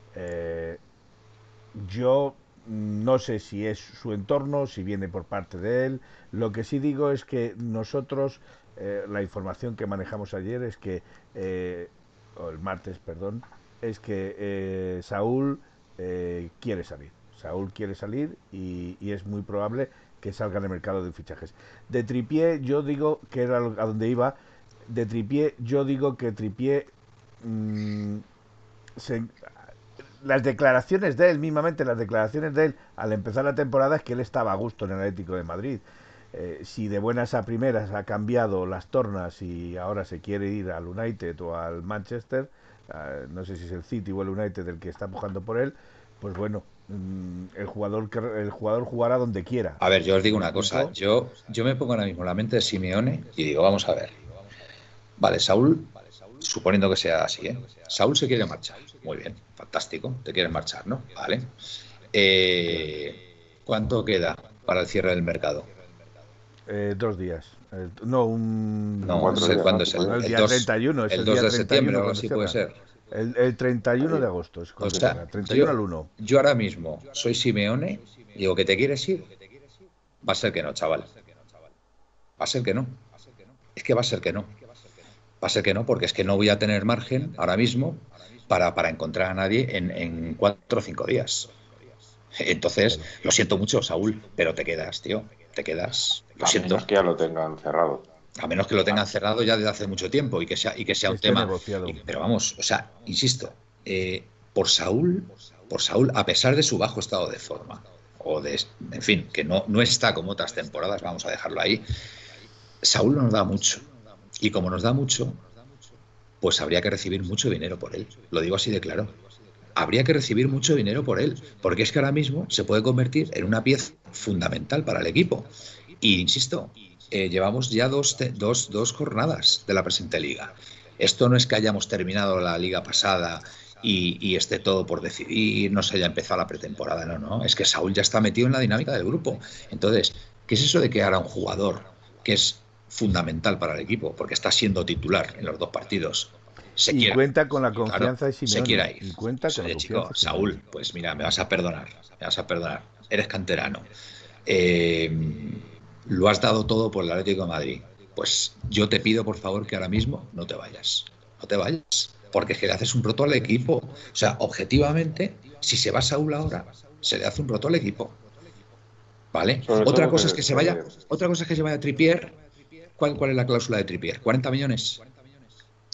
Yo no sé si es su entorno, si viene por parte de él. Lo que sí digo es que nosotros, la información que manejamos ayer es que, o el martes, perdón, es que Saúl quiere salir. Saúl quiere salir y es muy probable que salga en el mercado de fichajes. De Trippier, yo digo que era a donde iba. De Trippier, yo digo que Trippier las declaraciones de él, mismamente las declaraciones de él al empezar la temporada es que él estaba a gusto en el Atlético de Madrid. Si de buenas a primeras ha cambiado las tornas y ahora se quiere ir al United o al Manchester, no sé si es el City o el United el que está empujando por él, pues bueno, el jugador jugará donde quiera. A ver, yo os digo una cosa, yo me pongo ahora mismo en la mente de Simeone y digo, vamos a ver, vale, Saúl, suponiendo que sea así, Saúl se quiere marchar, muy bien, fantástico, te quieres marchar, ¿no? Vale. ¿Cuánto queda para el cierre del mercado? 2 días. No, ¿cuándo es? El día 31. El 2 de septiembre o algo así puede ser. El 31 de agosto. Es o sea, 31 al 1. Yo ahora mismo soy Simeone, digo que te quieres ir. Va a ser que no, chaval. Va a ser que no. Es que va a ser que no. Va a ser que no, porque es que no voy a tener margen ahora mismo para encontrar a nadie en 4 o 5 días. Entonces, lo siento mucho, Saúl, pero te quedas, tío. Te quedas. Lo siento. A menos que ya lo tengan cerrado. A menos que lo tengan cerrado ya desde hace mucho tiempo y que sea un tema. Pero vamos, o sea, insisto, por Saúl, a pesar de su bajo estado de forma, en fin, que no está como otras temporadas, vamos a dejarlo ahí, Saúl nos da mucho. Y como nos da mucho, pues habría que recibir mucho dinero por él. Lo digo así de claro. Habría que recibir mucho dinero por él, porque es que ahora mismo se puede convertir en una pieza fundamental para el equipo. Y insisto, llevamos ya dos jornadas de la presente liga. Esto no es que hayamos terminado la liga pasada y esté todo por decidir, no se haya empezado la pretemporada, no, es que Saúl ya está metido en la dinámica del grupo. Entonces, ¿qué es eso de que ahora un jugador que es fundamental para el equipo, porque está siendo titular en los 2 partidos, cuenta con la confianza de Simeone. Se quiera ir. Y cuenta con la chico, Saúl, pues mira, me vas a perdonar. Eres canterano. Lo has dado todo por el Atlético de Madrid. Pues yo te pido, por favor, que ahora mismo no te vayas. No te vayas. Porque es que le haces un roto al equipo. O sea, objetivamente, si se va Saúl ahora, se le hace un roto al equipo. ¿Vale? Otra cosa es que se vaya Trippier. ¿Cuál es la cláusula de Trippier? ¿40 millones?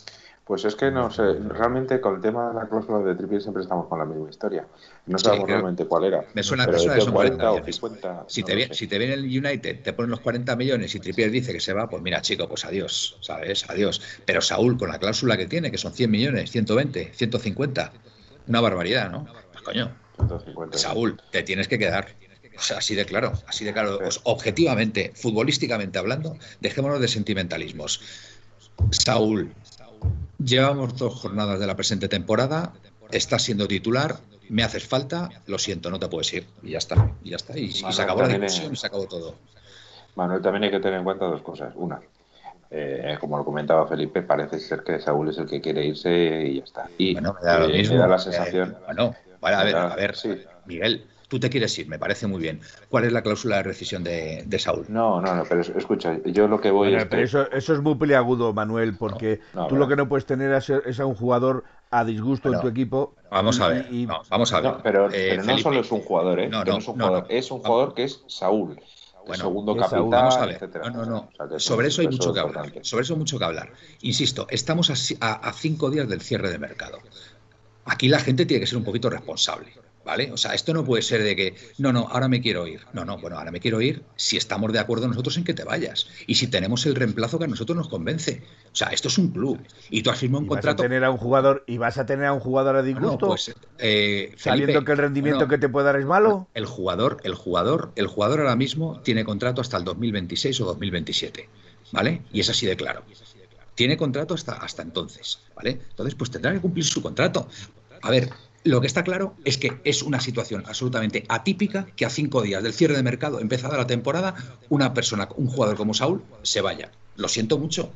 Pues es que no sé, realmente con el tema de la cláusula de Trippier siempre estamos con la misma historia. No Sí, sabemos realmente cuál era, me pero suena que de son 40 40 o millones. 50, Si no te, lo sé. si te viene el United, te ponen los 40 millones y Trippier dice que se va, pues mira, chico, pues adiós, ¿sabes? Adiós. Pero Saúl, con la cláusula que tiene, que son 100 millones, 120, 150, una barbaridad, ¿no? Pues coño, 150, sí. Saúl, te tienes que quedar. O sea, así de claro, así de claro. Sí. Objetivamente, futbolísticamente hablando, dejémonos de sentimentalismos. Saúl, llevamos 2 jornadas de la presente temporada, estás siendo titular, me haces falta, lo siento, no te puedes ir. Y ya está, y ya está. Y se Manuel acabó la también, discusión y se acabó todo. Manuel, también hay que tener en cuenta dos cosas. Una, como lo comentaba Felipe, parece ser que Saúl es el que quiere irse y ya está. Y Bueno, me da lo me da mismo. la sensación, Bueno, vale, a ver, sí. Miguel, tú te quieres ir, me parece muy bien. ¿Cuál es la cláusula de rescisión de Saúl? No, pero escucha, yo lo que voy Bueno, es pero que... eso es muy peliagudo, Manuel, No, porque No, tú lo verás. que no puedes tener es a un jugador a disgusto en tu bueno, equipo vamos a ver, no, vamos a ver. No, pero no solo Felipe, es un jugador, no, que no no, es un no, jugador, no. es un jugador que es Saúl, que es Bueno, segundo que es Saúl. vamos a capitán, ver. etcétera, No, no, etcétera. no. O sea, que Sobre eso hay mucho es que hablar. importante. Sobre eso hay mucho que hablar. Insisto, estamos a 5 días del cierre de mercado. Aquí la gente tiene que ser un poquito responsable, ¿vale? O sea, esto no puede ser de que, no, ahora me quiero ir. No, bueno, ahora me quiero ir si estamos de acuerdo nosotros en que te vayas y si tenemos el reemplazo que a nosotros nos convence. O sea, esto es un club y tú has firmado un Y vas a contrato. tener a un jugador y vas a tener a un jugador a Bueno, disgusto, pues, sabiendo Felipe, que el rendimiento bueno, que te puede dar es malo. el jugador ahora mismo tiene contrato hasta el 2026 o 2027, ¿vale? Y es así de claro. Tiene contrato hasta entonces, ¿vale? Entonces, pues tendrá que cumplir su contrato. A ver, lo que está claro es que es una situación absolutamente atípica que a 5 días del cierre de mercado, empezada la temporada, una persona, un jugador como Saúl, se vaya. Lo siento mucho,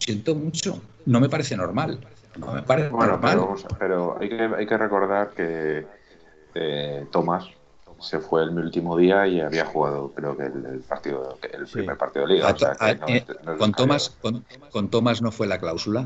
no me parece normal. No me parece Bueno, normal. pero hay que recordar que Tomás se fue el último día y había jugado, creo que el Sí. primer partido de liga, o sea que no es Con descabellado. Tomás, con Tomás no fue la cláusula.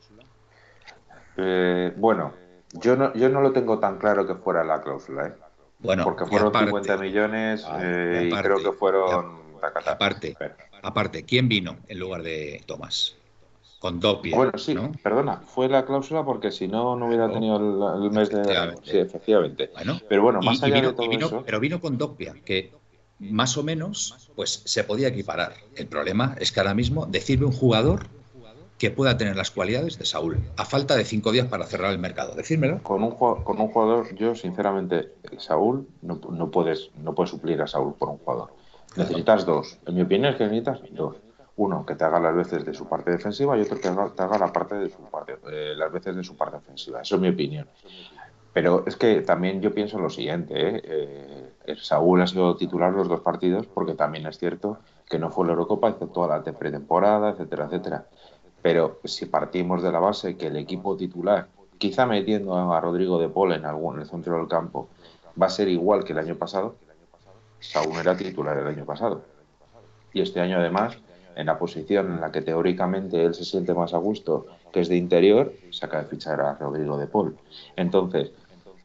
Bueno, yo no lo tengo tan claro que fuera la cláusula, ¿eh? Bueno, Porque fueron 50 millones y y creo que aparte, fueron y tacatá. aparte, aparte, ¿quién vino en lugar de Tomás? Con Doppia, Bueno, sí, ¿no? perdona, fue la cláusula porque si no, no hubiera Claro, tenido el mes de... Sí, efectivamente. efectivamente. Bueno, Pero bueno, más y allá vino, de todo eso, pero vino con Doppia, que más o menos, pues se podía equiparar. El problema es que ahora mismo decirme un jugador que pueda tener las cualidades de Saúl, a falta de 5 días para cerrar el mercado. Decírmelo. con un jugador, yo sinceramente, Saúl, no puedes suplir a Saúl por un jugador. Claro. Necesitas dos. En mi opinión es que necesitas dos. Uno que te haga las veces de su parte defensiva y otro que te haga la parte de su parte, las veces de su parte ofensiva. Eso es mi opinión. Pero es que también yo pienso lo siguiente, Saúl ha sido titular los 2 partidos porque también es cierto que no fue la Eurocopa, hizo toda la pretemporada, etcétera, etcétera. Pero si partimos de la base que el equipo titular, quizá metiendo a Rodrigo de Paul en el centro del campo, va a ser igual que el año pasado, Saúl era titular el año pasado. Y este año además, en la posición en la que teóricamente él se siente más a gusto, que es de interior, se acaba de fichar a Rodrigo de Paul. Entonces,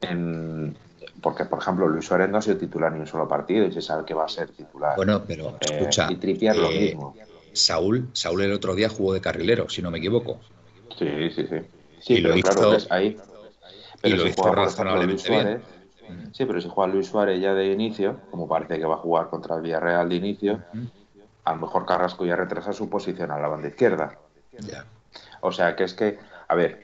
porque por ejemplo Luis Suárez no ha sido titular ni un solo partido y se sabe que va a ser titular. Bueno, pero escucha, Y Trippier lo mismo. Saúl el otro día jugó de carrilero, si no me equivoco. Sí, sí, sí. Y Sí, lo pero claro, hizo, ves ahí. y Pero lo si hizo juega, por ejemplo, Luis razonablemente bien. Suárez, sí, pero si juega Luis Suárez ya de inicio, como parece que va a jugar contra el Villarreal de inicio, a lo mejor Carrasco ya retrasa su posición a la banda izquierda. Ya. O sea, que es que, a ver,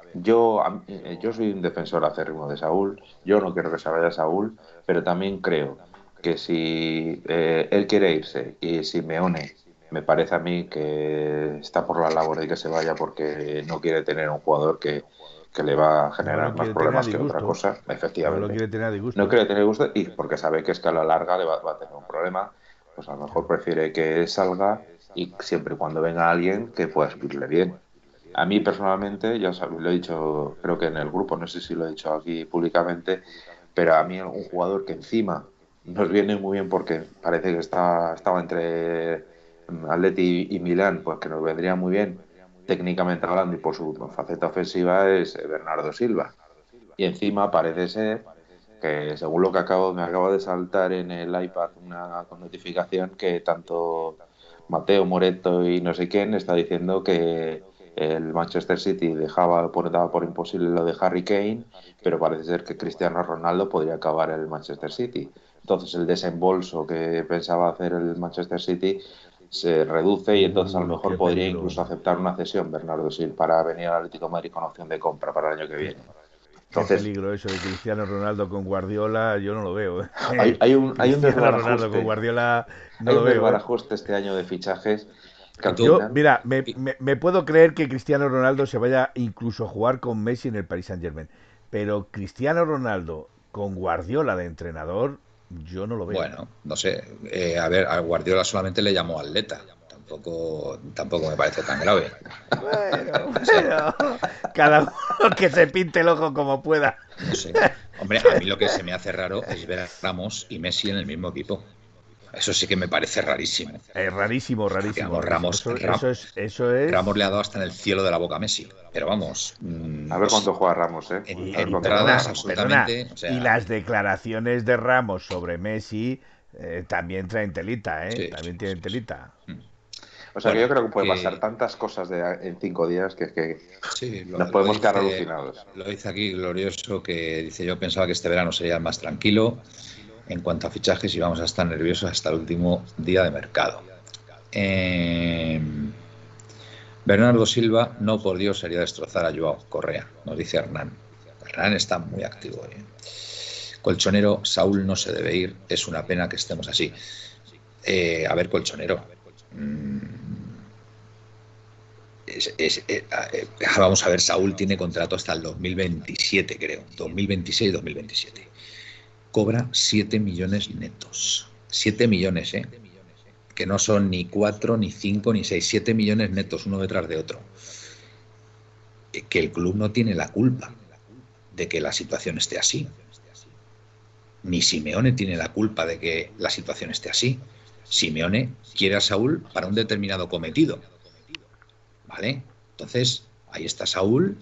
yo soy un defensor acérrimo de Saúl, yo no quiero que se vaya Saúl, pero también creo que si él quiere irse y Simeone me parece a mí que está por la labor de que se vaya porque no quiere tener un jugador que le va a No lo generar más quiere tener a problemas que otra disgusto. cosa, No lo efectivamente. quiere tener a No disgusto. quiere tener gusto y porque sabe que es que a la larga va a tener un problema, pues a lo mejor prefiere que salga y siempre y cuando venga alguien que pueda suplirle bien. A mí personalmente, ya sabéis, lo he dicho, creo que en el grupo, no sé si lo he dicho aquí públicamente, pero a mí un jugador que encima nos viene muy bien porque parece que estaba entre Atleti y Milán, pues que nos vendría muy bien técnicamente hablando y por su faceta ofensiva es Bernardo Silva. Y encima parece ser que según lo que me acaba de saltar en el iPad una notificación que tanto Mateo Moreto y no sé quién está diciendo que el el Manchester City daba por imposible lo de Harry Kane, pero parece ser que Cristiano Ronaldo podría acabar en el Manchester City. Entonces el desembolso que pensaba hacer el Manchester City se reduce y entonces a lo mejor podría incluso aceptar una cesión Bernardo Silva para venir al Atlético de Madrid con opción de compra para el año que viene. Entonces, qué peligro eso de Cristiano Ronaldo con Guardiola, yo no lo veo. Hay un Ronaldo con Guardiola no hay lo un veo. desbarajuste este año de fichajes. Mira, me puedo creer que Cristiano Ronaldo se vaya incluso a jugar con Messi en el Paris Saint-Germain, pero Cristiano Ronaldo con Guardiola de entrenador, yo no lo veo. Bueno, no sé. A ver, a Guardiola solamente le llamó atleta. Tampoco me parece tan grave. Bueno, cada uno que se pinte el ojo como pueda. No sé. Hombre, a mí lo que se me hace raro es ver a Ramos y Messi en el mismo equipo. Eso sí que me parece rarísimo. Rarísimo. Ramos le ha dado hasta en el cielo de la boca a Messi. Pero vamos. A ver cuánto juega Ramos, ¿eh? Entradas absolutamente. O sea, y las declaraciones de Ramos sobre Messi también traen telita, ¿eh? Sí, también tienen telita. O sea, que yo creo que puede pasar tantas cosas en 5 días que sí, nos podemos quedar alucinados. Lo dice aquí Glorioso, que dice: yo pensaba que este verano sería el más tranquilo en cuanto a fichajes y vamos a estar nerviosos hasta el último día de mercado. Bernardo Silva, no por Dios sería destrozar a Joao Correa, nos dice Hernán. Hernán está muy activo. Colchonero, Saúl no se debe ir, es una pena que estemos así. A ver, Colchonero. Vamos a ver, Saúl tiene contrato hasta el 2027, creo. 2026-2027. Cobra 7 millones netos. 7 millones, que no son ni 4, ni 5, ni 6. 7 millones netos, uno detrás de otro. Que el club no tiene la culpa de que la situación esté así. Ni Simeone tiene la culpa de que la situación esté así. Simeone quiere a Saúl para un determinado cometido. ¿Vale? Entonces, ahí está Saúl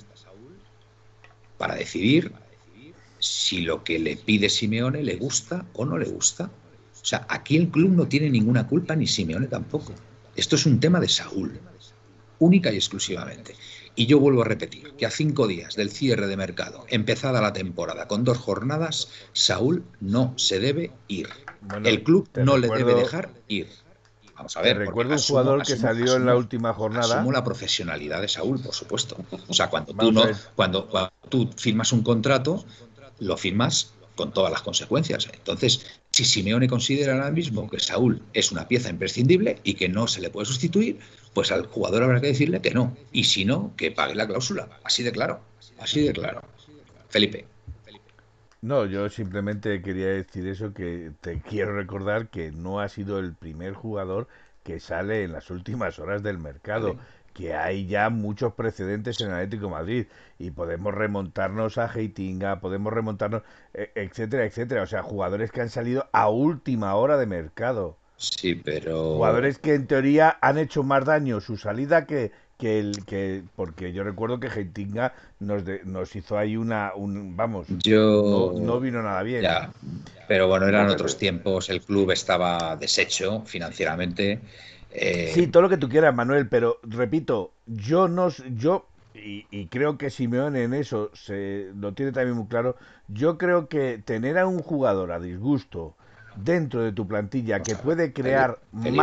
para decidir si lo que le pide Simeone le gusta o no le gusta. O sea, aquí el club no tiene ninguna culpa, ni Simeone tampoco. Esto es un tema de Saúl, única y exclusivamente. Y yo vuelvo a repetir que a 5 días del cierre de mercado, empezada la temporada con 2 jornadas, Saúl no se debe ir. Bueno, el club no le debe dejar ir. Vamos a ver. Te recuerdo un jugador que salió en la última jornada. Asumo la profesionalidad de Saúl, por supuesto. O sea, cuando tú firmas un contrato, lo firmas con todas las consecuencias. Entonces, si Simeone considera ahora mismo que Saúl es una pieza imprescindible y que no se le puede sustituir, pues al jugador habrá que decirle que no. Y si no, que pague la cláusula. Así de claro. Así de claro. Felipe. No, yo simplemente quería decir eso, que te quiero recordar que no ha sido el primer jugador que sale en las últimas horas del mercado. Vale. Que hay ya muchos precedentes en el Atlético de Madrid y podemos remontarnos a Heitinga, podemos remontarnos, etcétera, etcétera. O sea, jugadores que han salido a última hora de mercado. Sí, pero... Jugadores que en teoría han hecho más daño su salida que porque yo recuerdo que Heitinga nos hizo ahí vamos, no vino nada bien. Ya, pero bueno, eran otros tiempos, el club estaba deshecho financieramente. Sí, todo lo que tú quieras, Manuel, pero repito, y creo que Simeone en eso lo tiene también muy claro. Yo creo que tener a un jugador a disgusto dentro de tu plantilla que puede crear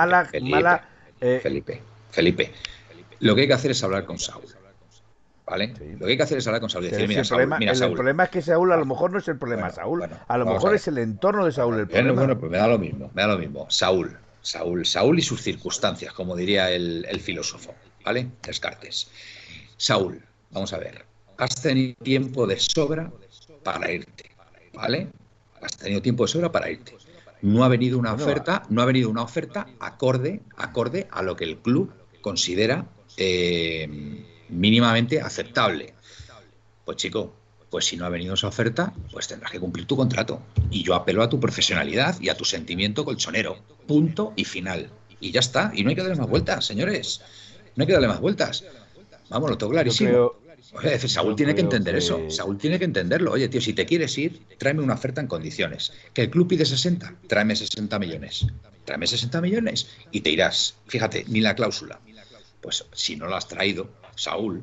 Felipe, lo que hay que hacer es hablar con Saúl, ¿vale? Sí. Lo que hay que hacer es hablar con Saúl y decir, mira, Saúl, el problema es que Saúl a lo mejor no es el problema, Saúl, a lo mejor es el entorno de Saúl el problema. Bueno, pues me da lo mismo. Saúl y sus circunstancias, como diría el filósofo, ¿vale? Descartes. Saúl, vamos a ver, has tenido tiempo de sobra para irte, ¿vale? Has tenido tiempo de sobra para irte. No ha venido una oferta acorde a lo que el club considera mínimamente aceptable. Pues chico, pues si no ha venido esa oferta, pues tendrás que cumplir tu contrato. Y yo apelo a tu profesionalidad y a tu sentimiento colchonero. Punto y final. Y ya está. Y no hay que darle más vueltas, señores. No hay que darle más vueltas. Vamos, lo tengo clarísimo. Oye, Saúl tiene que entender eso. Saúl tiene que entenderlo. Oye, tío, si te quieres ir, tráeme una oferta en condiciones. Que el club pide 60, tráeme 60 millones. Tráeme 60 millones y te irás. Fíjate, ni la cláusula. Pues si no lo has traído, Saúl,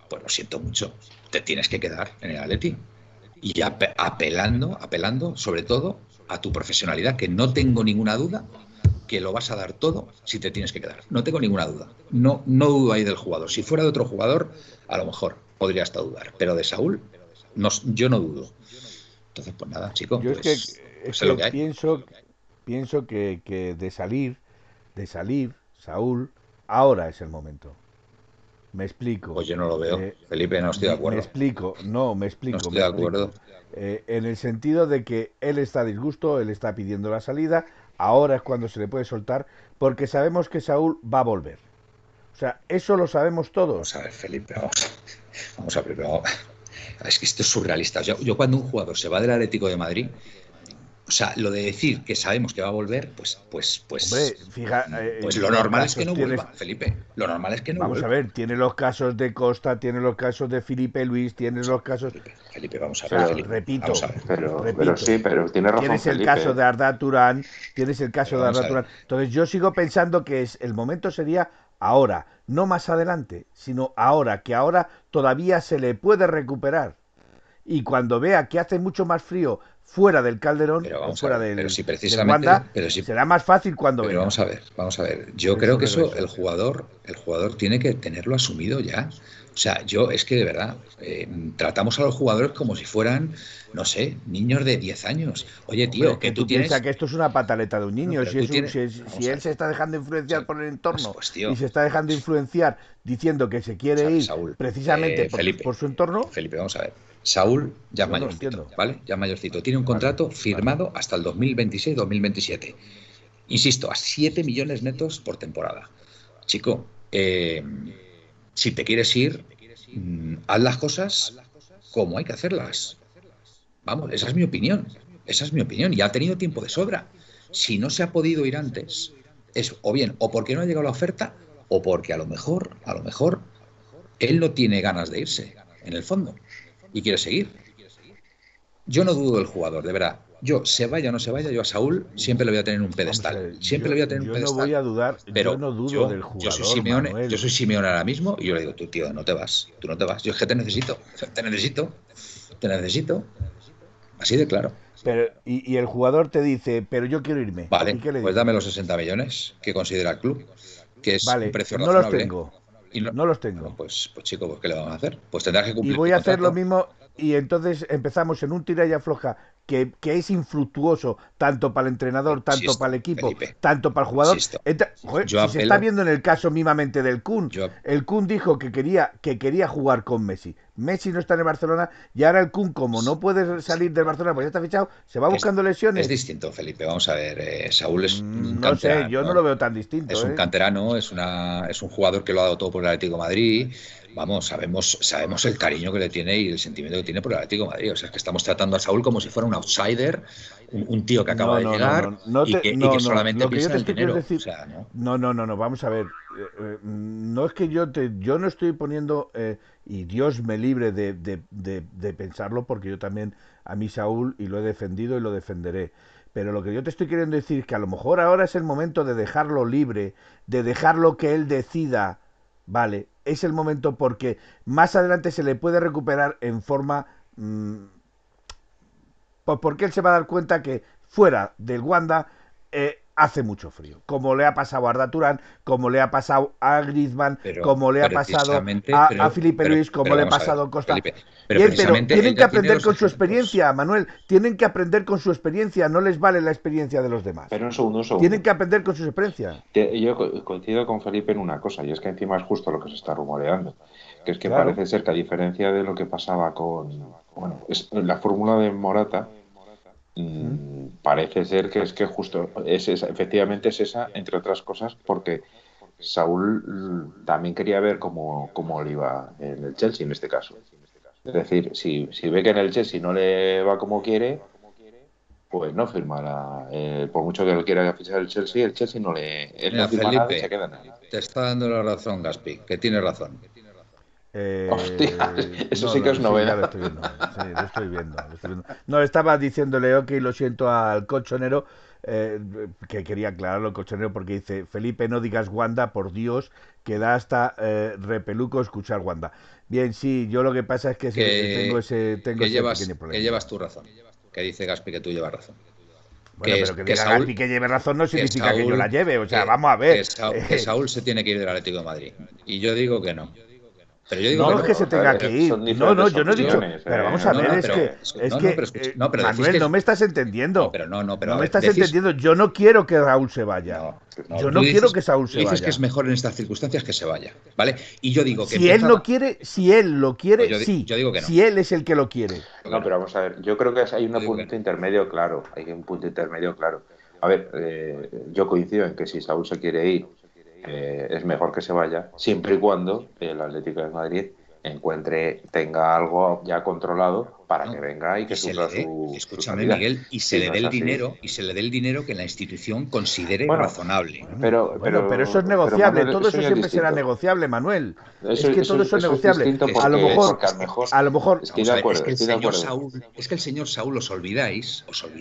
pues lo siento mucho, te tienes que quedar en el Atleti. Y apelando sobre todo a tu profesionalidad, que no tengo ninguna duda que lo vas a dar todo si te tienes que quedar. No tengo ninguna duda. No dudo ahí del jugador. Si fuera de otro jugador, a lo mejor podría hasta dudar. Pero de Saúl, no, yo no dudo. Entonces, pues nada, chico, Yo pues es lo que hay. pienso que de salir, Saúl, ahora es el momento. Me explico. Pues yo no lo veo. Felipe, no estoy de acuerdo. Me explico. No estoy de acuerdo. En el sentido de que él está a disgusto, él está pidiendo la salida, ahora es cuando se le puede soltar, porque sabemos que Saúl va a volver. O sea, eso lo sabemos todos. Vamos a ver, Felipe, vamos a ver. Es que esto es surrealista. Yo cuando un jugador se va del Atlético de Madrid, o sea, lo de decir que sabemos que va a volver, pues Hombre, pues lo normal es que no vuelva, Felipe. Lo normal es que no vuelva. Vamos a ver, tiene los casos de Costa, tiene los casos de Felipe Luis, tiene los casos... Felipe, vamos a ver. Felipe, repito, vamos a ver. Pero sí, pero tiene razón. Tienes Felipe. el caso de Arda Turán, Entonces yo sigo pensando que el momento sería ahora, no más adelante, sino ahora, que ahora todavía se le puede recuperar. Y cuando vea que hace mucho más frío fuera del Calderón, fuera del Wanda, será más fácil cuando venga. Pero vamos a ver. Yo creo que eso el jugador tiene que tenerlo asumido ya. O sea, es que de verdad, tratamos a los jugadores como si fueran, no sé, niños de 10 años. Oye, tío, hombre, que tú tienes... piensas que esto es una pataleta de un niño. No, si él se está dejando influenciar por el entorno tío, y se está dejando influenciar diciendo que se quiere ir Saúl, precisamente por su entorno... Felipe, vamos a ver. Saúl ya es mayorcito, ¿vale? Ya es mayorcito. Tiene un contrato firmado hasta el 2026-2027. Insisto, a 7 millones netos por temporada. Chico, si te quieres ir, haz las cosas como hay que hacerlas. Vamos, esa es mi opinión. Y ha tenido tiempo de sobra. Si no se ha podido ir antes, es o bien o porque no ha llegado la oferta o porque a lo mejor él no tiene ganas de irse, en el fondo, y quiere seguir. Yo no dudo del jugador, de verdad. Se vaya o no se vaya, yo a Saúl siempre le voy a tener en un pedestal. Siempre le voy a tener en un pedestal. No voy a dudar, pero yo no dudo del jugador. Yo soy Simeone ahora mismo y yo le digo, tú, tío, no te vas. Tú no te vas. Yo es que te necesito. Te necesito. Así de claro. Pero, y el jugador te dice, pero yo quiero irme. Vale, pues dame los 60 millones que considera el club, que es un precio razonable. No los tengo. No los tengo. Bueno, pues chico, pues ¿qué le vamos a hacer? Pues tendrás que cumplir. Y voy a hacer lo mismo, y entonces empezamos en un tira y afloja que es infructuoso tanto para el entrenador, tanto para el equipo, Felipe, tanto para el jugador. Si se está viendo en el caso mismamente del Kun, el Kun dijo que quería jugar con Messi. Messi no está en el Barcelona y ahora el Kun, como no puede salir del Barcelona porque ya está fichado, se va buscando lesiones. Es distinto, Felipe. Vamos a ver, Saúl es un no sé, yo no lo veo tan distinto. Es un canterano, es un jugador que lo ha dado todo por el Atlético de Madrid. Vamos, sabemos el cariño que le tiene y el sentimiento que tiene por el Atlético de Madrid. O sea, es que estamos tratando a Saúl como si fuera un outsider, un tío que acaba de llegar y que solamente piensa en el dinero. Decir, o sea, no, vamos a ver. No es que yo no estoy poniendo, y Dios me libre de pensarlo, porque yo también a mí Saúl, y lo he defendido y lo defenderé. Pero lo que yo te estoy queriendo decir es que a lo mejor ahora es el momento de dejarlo libre, de dejarlo que él decida. Vale, es el momento porque más adelante se le puede recuperar en forma... pues porque él se va a dar cuenta que fuera del Wanda hace mucho frío. Como le ha pasado a Arda Turán, como le ha pasado a Griezmann, como le ha pasado a Felipe Luis, como le ha pasado a Costa. Felipe, pero tienen que aprender con su experiencia, Manuel. Tienen que aprender con su experiencia. No les vale la experiencia de los demás. Pero un segundo. Tienen que aprender con su experiencia. Yo coincido con Felipe en una cosa, y es que encima es justo lo que se está rumoreando. Que es que parece ser que, a diferencia de lo que pasaba con... Bueno, la fórmula de Morata... parece ser que justo efectivamente es esa, entre otras cosas, porque Saúl también quería ver cómo le iba en el Chelsea en este caso. Es decir, si ve que en el Chelsea no le va como quiere, pues no firmará. Por mucho que lo quiera fichar el Chelsea no le firma nada y se queda en él. Te está dando la razón, Gaspi, que tiene razón. Hostia, eso sí que es novedad. Lo estoy viendo. No, estaba diciéndole, ok, lo siento al colchonero, que quería aclararlo el colchonero, porque dice: Felipe, no digas Wanda, por Dios, que da hasta repeluco escuchar Wanda. Bien, sí, yo lo que pasa es que tengo ese pequeño problema. Que llevas tu razón, que dice Gaspi que tú llevas razón. Bueno, pero que diga Gaspi que lleve razón no significa que yo la lleve, o sea, vamos a ver. Que Saúl se tiene que ir del Atlético de Madrid, y yo digo que no. Pero yo digo no que es que se tenga que ir. No, yo no he dicho. Pero vamos a ver, Manuel, no me estás entendiendo. No me estás entendiendo. Yo no quiero que Raúl se vaya. Yo no quiero que Saúl se vaya. Dices que es mejor en estas circunstancias que se vaya, ¿vale? Y yo digo que si él lo quiere, pues sí. Yo digo que no. Si él es el que lo quiere. No, pero vamos a ver. Yo creo que hay un punto intermedio claro. A ver, yo coincido en que si Saúl se quiere ir, es mejor que se vaya, siempre y cuando el Atlético de Madrid tenga algo ya controlado para que venga y que sufra su. Escúchame, Miguel, y se le dé el dinero que la institución considere razonable. Pero eso es negociable, Manuel, todo eso siempre será negociable, Manuel. Es que todo eso es negociable. A lo mejor es que el señor Saúl, os olvidáis,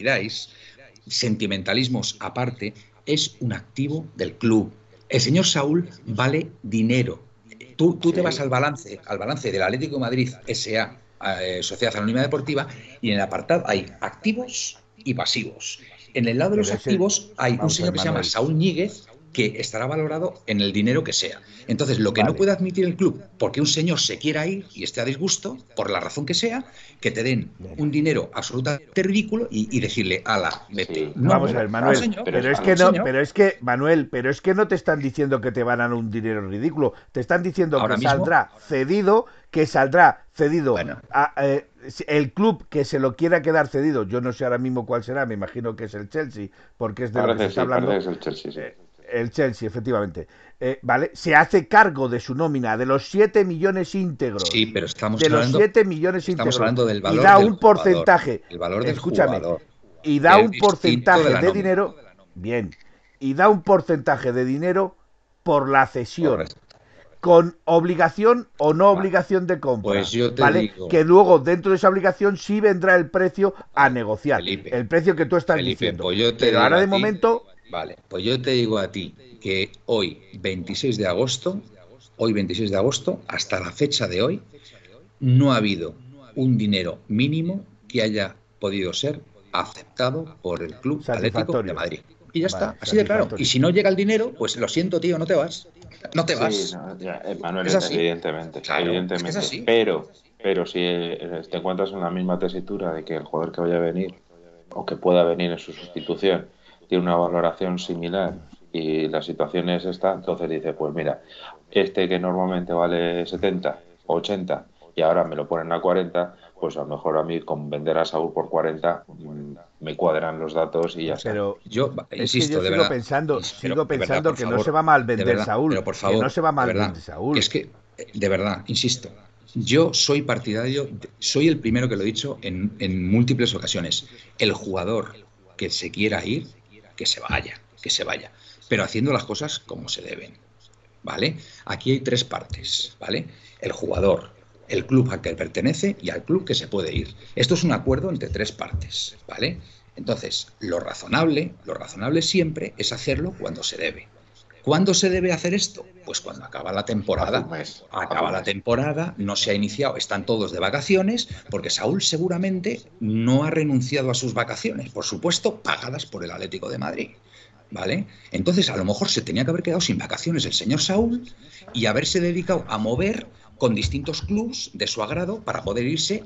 sentimentalismos aparte, es un activo del club. El señor Saúl vale dinero. Tú te vas al balance del Atlético de Madrid S.A., Sociedad Anónima Deportiva, y en el apartado hay activos y pasivos. En el lado de los activos hay un señor que se llama Saúl Ñíguez, que estará valorado en el dinero que sea. Entonces, lo que no puede admitir el club, porque un señor se quiera ir y esté a disgusto, por la razón que sea, que te den un dinero absolutamente ridículo y decirle, ala, vete. No, vamos a ver, Manuel, pero es que no te están diciendo que te van a dar un dinero ridículo, te están diciendo que saldrá cedido, bueno, el club que se lo quiera quedar cedido. Yo no sé ahora mismo cuál será, me imagino que es el Chelsea, porque es de lo que se está hablando. Es el Chelsea, sí. El Chelsea, efectivamente. ¿Vale? Se hace cargo de su nómina, de los 7 millones íntegros. Sí, pero estamos hablando del valor. Y da un porcentaje. El valor del jugador. Y da un porcentaje de dinero. Bien. Y da un porcentaje de dinero por la cesión. Correcto. Con obligación o no obligación de compra. Pues yo te digo, que luego dentro de esa obligación sí vendrá el precio a negociar. Felipe, el precio que tú estás diciendo. Pues pero ahora de momento. Vale, pues yo te digo a ti que hoy, 26 de agosto, hasta la fecha de hoy, no ha habido un dinero mínimo que haya podido ser aceptado por el Club Atlético de Madrid. Y ya está, así de claro. Y si no llega el dinero, pues lo siento, tío, no te vas. No te vas. Sí, Manuel, es así. Evidentemente. Claro, evidentemente. Es así. Pero si te encuentras en la misma tesitura de que el jugador que vaya a venir o que pueda venir en su sustitución tiene una valoración similar y la situación es esta, entonces dice, pues mira, que normalmente vale 70, 80 y ahora me lo ponen a 40, pues a lo mejor a mí con vender a Saúl por 40 me cuadran los datos y ya está. Pero yo insisto, de verdad, sigo pensando que no se va mal vender Saúl, pero por favor, que no se va mal vender Saúl. Es que, de verdad, insisto, yo soy partidario, soy el primero que lo he dicho en múltiples ocasiones. El jugador que se quiera ir, que se vaya, pero haciendo las cosas como se deben, ¿vale? Aquí hay tres partes, ¿vale? El jugador, el club al que pertenece y al club que se puede ir. Esto es un acuerdo entre tres partes, ¿vale? Entonces, lo razonable siempre es hacerlo cuando se debe. ¿Cuándo se debe hacer esto? Pues cuando acaba la temporada. La temporada, no se ha iniciado, están todos de vacaciones, porque Saúl seguramente no ha renunciado a sus vacaciones, por supuesto, pagadas por el Atlético de Madrid, ¿vale? Entonces, a lo mejor se tenía que haber quedado sin vacaciones el señor Saúl y haberse dedicado a mover con distintos clubs de su agrado para poder irse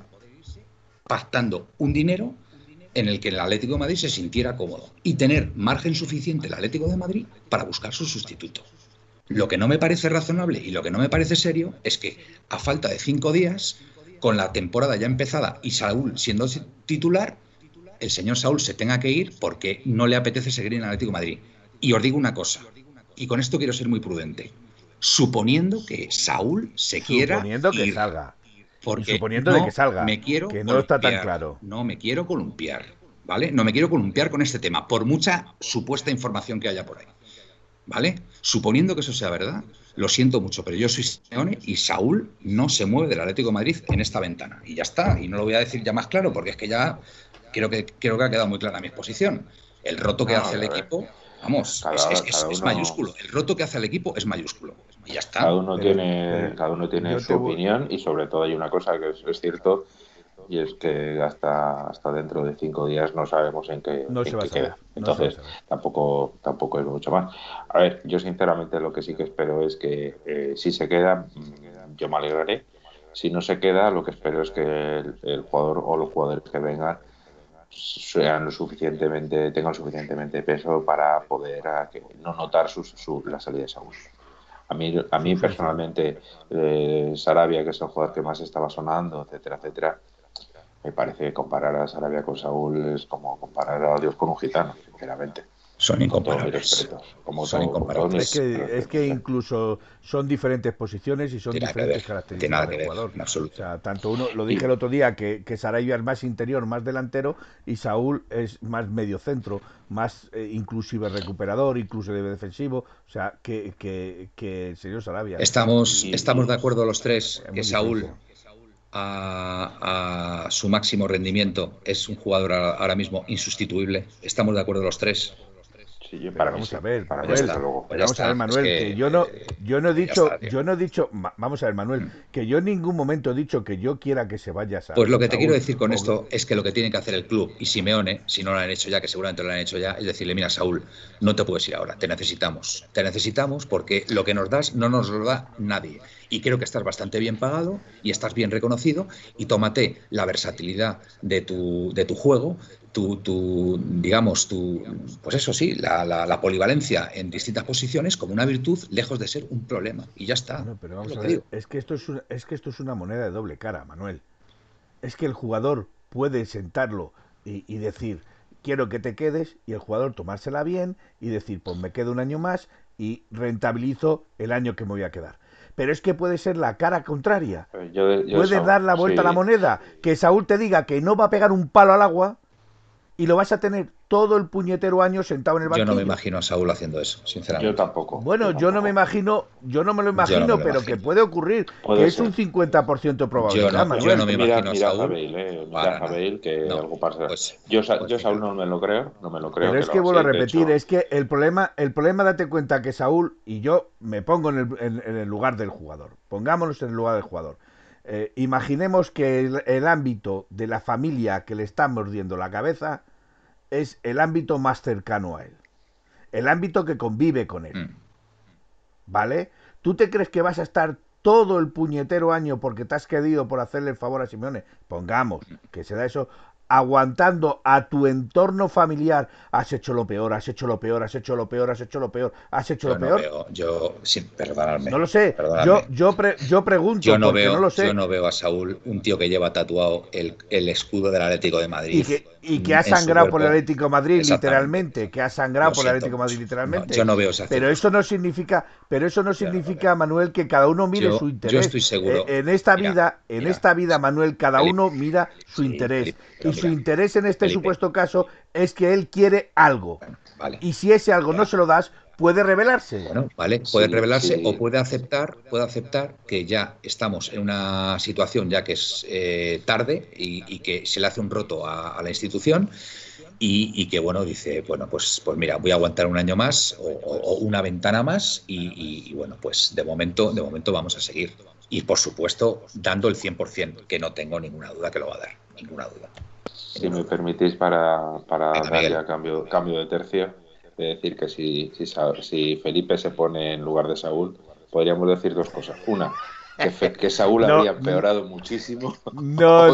pactando un dinero en el que el Atlético de Madrid se sintiera cómodo y tener margen suficiente el Atlético de Madrid para buscar su sustituto. Lo que no me parece razonable y lo que no me parece serio es que a falta de 5 días, con la temporada ya empezada y Saúl siendo titular, el señor Saúl se tenga que ir porque no le apetece seguir en el Atlético de Madrid. Y os digo una cosa, y con esto quiero ser muy prudente, suponiendo que Saúl se quiera que salga. Porque suponiendo de que salga, que no está tan claro. No me quiero columpiar, ¿vale? No me quiero columpiar con este tema, por mucha supuesta información que haya por ahí, ¿vale? Suponiendo que eso sea verdad, lo siento mucho, pero yo soy Simeone y Saúl no se mueve del Atlético de Madrid en esta ventana. Y ya está, y no lo voy a decir ya más claro, porque es que ya creo que ha quedado muy clara mi exposición. El roto que hace el equipo, vamos, es mayúsculo. El roto que hace el equipo es mayúsculo. Y ya está. Cada uno tiene su opinión, y sobre todo hay una cosa que es cierto, y es que hasta dentro de 5 días no sabemos en qué queda. Entonces, tampoco es mucho más. A ver, yo sinceramente lo que sí que espero es que si se queda, yo me alegraré. Si no se queda, lo que espero es que el jugador o los jugadores que vengan tengan suficientemente peso para poder no notar la salida de Saúl. A mí personalmente, Sarabia, que es el jugador que más estaba sonando, etcétera, me parece que comparar a Sarabia con Saúl es como comparar a Dios con un gitano, sinceramente. Son incomparables. Es que incluso son diferentes posiciones y son diferentes características del jugador. En absoluto. O sea, tanto uno, lo dije el otro día, que Sarabia es más interior, más delantero, y Saúl es más mediocentro, más inclusive recuperador, inclusive defensivo. O sea, que el señor Sarabia. Estamos de acuerdo los tres que Saúl, a su máximo rendimiento, es un jugador ahora mismo insustituible. Estamos de acuerdo los tres. Sí, vamos a ver, Manuel, que yo no he dicho, vamos a ver, Manuel, que yo en ningún momento he dicho que yo quiera que se vaya a Pues lo que te quiero decir con esto es que lo que tiene que hacer el club y Simeone, si no lo han hecho ya, que seguramente lo han hecho ya, es decirle, mira, Saúl, no te puedes ir ahora, te necesitamos porque lo que nos das no nos lo da nadie. Y creo que estás bastante bien pagado y estás bien reconocido, y tómate la versatilidad de tu juego, pues eso sí, la polivalencia en distintas posiciones como una virtud, lejos de ser un problema, y ya está. Bueno, pero vamos a ver, es que esto es una moneda de doble cara, Manuel. Es que el jugador puede sentarlo y decir, quiero que te quedes, y el jugador tomársela bien y decir, pues me quedo un año más y rentabilizo el año que me voy a quedar. Pero es que puede ser la cara contraria. Puedes dar la vuelta a la moneda, que Saúl te diga que no va a pegar un palo al agua y lo vas a tener todo el puñetero año sentado en el banquillo. Yo no me imagino a Saúl haciendo eso, sinceramente. Yo tampoco. Bueno, yo no me lo imagino, pero que puede ocurrir, que es un 50% de probabilidad. Yo no me imagino a Saúl. Mira a Bale, que algo pasa. Yo Saúl no me lo creo. Pero es que vuelvo a repetir, es que el problema, date cuenta que Saúl, y yo me pongo en el lugar del jugador, pongámonos en el lugar del jugador. Imaginemos que el ámbito de la familia que le está mordiendo la cabeza es el ámbito más cercano a él, el ámbito que convive con él, ¿vale? ¿Tú te crees que vas a estar todo el puñetero año porque te has querido por hacerle el favor a Simeone? Pongamos que se da eso, aguantando a tu entorno familiar, has hecho lo peor, has hecho lo peor, has hecho lo peor, has hecho lo peor, has hecho lo peor. Perdonadme. No lo sé. Yo pregunto, yo no no lo sé. Yo no veo a Saúl, un tío que lleva tatuado el escudo del Atlético de Madrid. Y que ha sangrado por el Atlético de Madrid, literalmente. Que ha sangrado por el Atlético de Madrid, literalmente. No, yo no veo esa pero eso no significa, Manuel, que cada uno mire su interés. Yo estoy seguro. En esta vida, Manuel, cada uno mira su interés. Y su interés en este supuesto caso es que él quiere algo. Vale. Y si ese algo no se lo das, puede rebelarse. Bueno, vale, puede rebelarse o puede aceptar que ya estamos en una situación ya que es tarde y que se le hace un roto a la institución y que, bueno, dice, bueno, pues mira, voy a aguantar un año más o una ventana más y bueno, pues de momento vamos a seguir. Y, por supuesto, dando el 100%, que no tengo ninguna duda que lo va a dar, ninguna duda. Si me permitís, para dar ya cambio de tercio, de decir que si Felipe se pone en lugar de Saúl, podríamos decir dos cosas. Una, que Saúl habría empeorado muchísimo. No.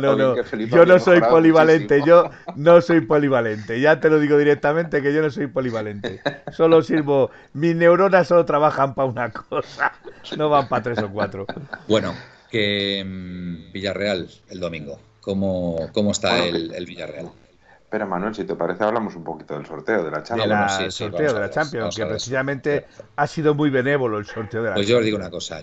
Yo no soy polivalente. Muchísimo. Yo no soy polivalente. Ya te lo digo directamente que yo no soy polivalente. Solo sirvo. Mis neuronas solo trabajan para una cosa. No van para 3 o 4. Bueno, que Villarreal el domingo. ¿Cómo está el Villarreal? Espera, Manuel, si te parece, hablamos un poquito del sorteo de la Champions. El sorteo de la Champions, que precisamente ha sido muy benévolo el sorteo de la Champions. Pues yo os digo una cosa.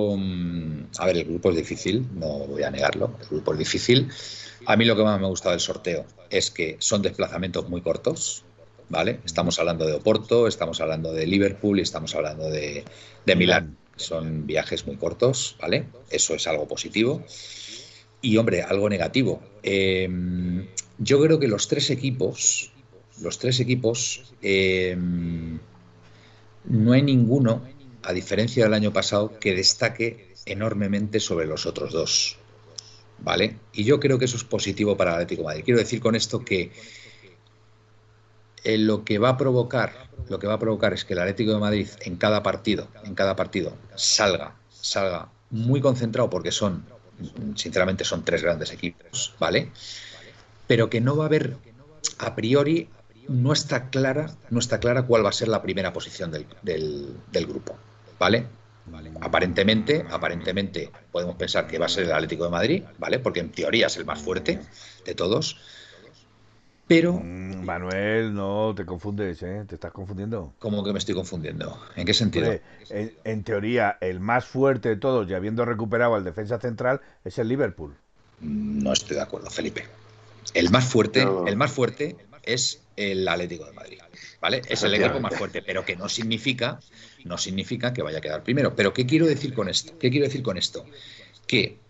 A ver, el grupo es difícil, no voy a negarlo. El grupo es difícil. A mí lo que más me ha gustado del sorteo es que son desplazamientos muy cortos, ¿vale? Estamos hablando de Oporto, estamos hablando de Liverpool y estamos hablando de Milán. Son viajes muy cortos, ¿vale? Eso es algo positivo. Y, hombre, algo negativo. Yo creo que los tres equipos equipos, no hay ninguno, a diferencia del año pasado, que destaque enormemente sobre los otros dos, ¿vale? Y yo creo que eso es positivo para el Atlético de Madrid. Quiero decir con esto que lo que va a provocar es que el Atlético de Madrid en cada partido salga muy concentrado, porque sinceramente son tres grandes equipos, ¿vale? Pero que no va a haber, a priori, no está clara cuál va a ser la primera posición del grupo, ¿vale? Aparentemente podemos pensar que va a ser el Atlético de Madrid, ¿vale? Porque en teoría es el más fuerte de todos. Pero... Manuel, no te confundes, ¿eh? Te estás confundiendo. ¿Cómo que me estoy confundiendo? ¿En qué sentido? En teoría, el más fuerte de todos, y habiendo recuperado al defensa central, es el Liverpool. No estoy de acuerdo, Felipe. El más fuerte es el Atlético de Madrid, ¿vale? Es el equipo más fuerte, pero que no significa que vaya a quedar primero. Pero ¿qué quiero decir con esto? Que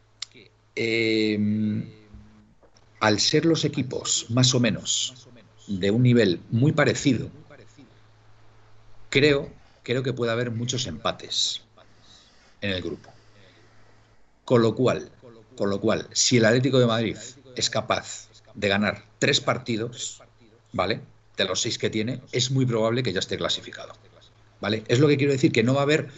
al ser los equipos más o menos de un nivel muy parecido, creo que puede haber muchos empates en el grupo. Con lo cual, si el Atlético de Madrid es capaz de ganar 3 partidos, ¿vale?, de los 6 que tiene, es muy probable que ya esté clasificado, ¿vale? Es lo que quiero decir, que no va a haber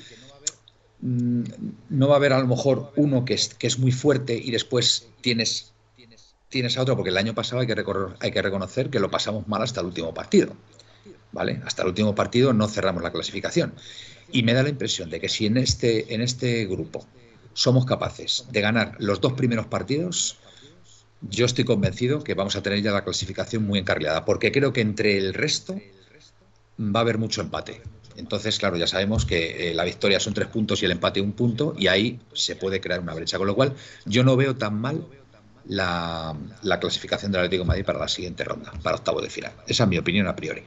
a lo mejor uno que es muy fuerte y después tienes a otro, porque el año pasado hay que reconocer que lo pasamos mal hasta el último partido, ¿vale? Hasta el último partido no cerramos la clasificación. Y me da la impresión de que si en este grupo somos capaces de ganar los 2 primeros partidos, yo estoy convencido que vamos a tener ya la clasificación muy encarrilada, porque creo que entre el resto va a haber mucho empate. Entonces, claro, ya sabemos que la victoria son 3 puntos y el empate 1 punto, y ahí se puede crear una brecha. Con lo cual, yo no veo tan mal la clasificación del Atlético de Madrid para la siguiente ronda, para octavo de final. Esa es mi opinión a priori.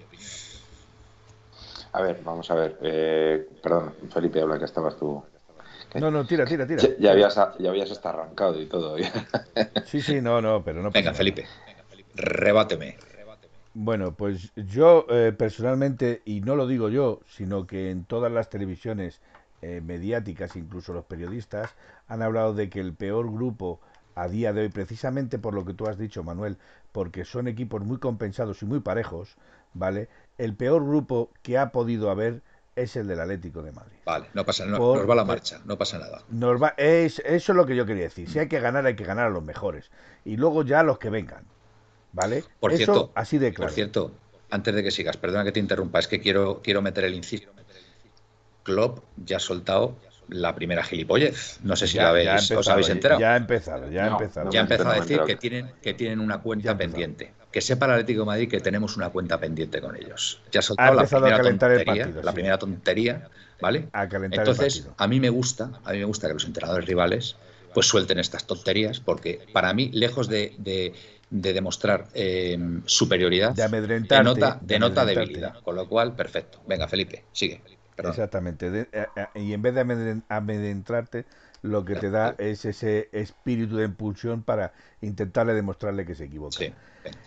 A ver, vamos a ver. Perdón, Felipe, habla, que estabas tú. No, tira. Ya habías hasta arrancado y todo. Sí, no, pero no. Venga, Felipe, rebáteme. Bueno, pues yo personalmente, y no lo digo yo, sino que en todas las televisiones mediáticas, incluso los periodistas, han hablado de que el peor grupo a día de hoy, precisamente por lo que tú has dicho, Manuel, porque son equipos muy compensados y muy parejos, ¿vale? El peor grupo que ha podido haber es el del Atlético de Madrid. Vale, no pasa nada, nos va la marcha, no pasa nada. Eso es lo que yo quería decir. Si hay que ganar a los mejores. Y luego ya los que vengan. ¿Vale? Por cierto, así de claro. Por cierto, antes de que sigas, perdona que te interrumpa, es que quiero meter el inciso. Klopp ya ha soltado la primera gilipollez. No sé si os habéis enterado. Ya ha empezado. Ya ha empezado a decir que tienen una cuenta pendiente. Que sepa el Atlético de Madrid que tenemos una cuenta pendiente con ellos. Ya ha soltado la primera tontería, ¿vale? Entonces, a mí me gusta que los entrenadores rivales pues suelten estas tonterías, porque para mí, lejos de demostrar superioridad, denota debilidad. Con lo cual, perfecto. Venga, Felipe, sigue. Perdón. Exactamente. Y en vez de amedrentarte, lo que te da es ese espíritu de impulsión para intentarle demostrarle que se equivoca. Sí.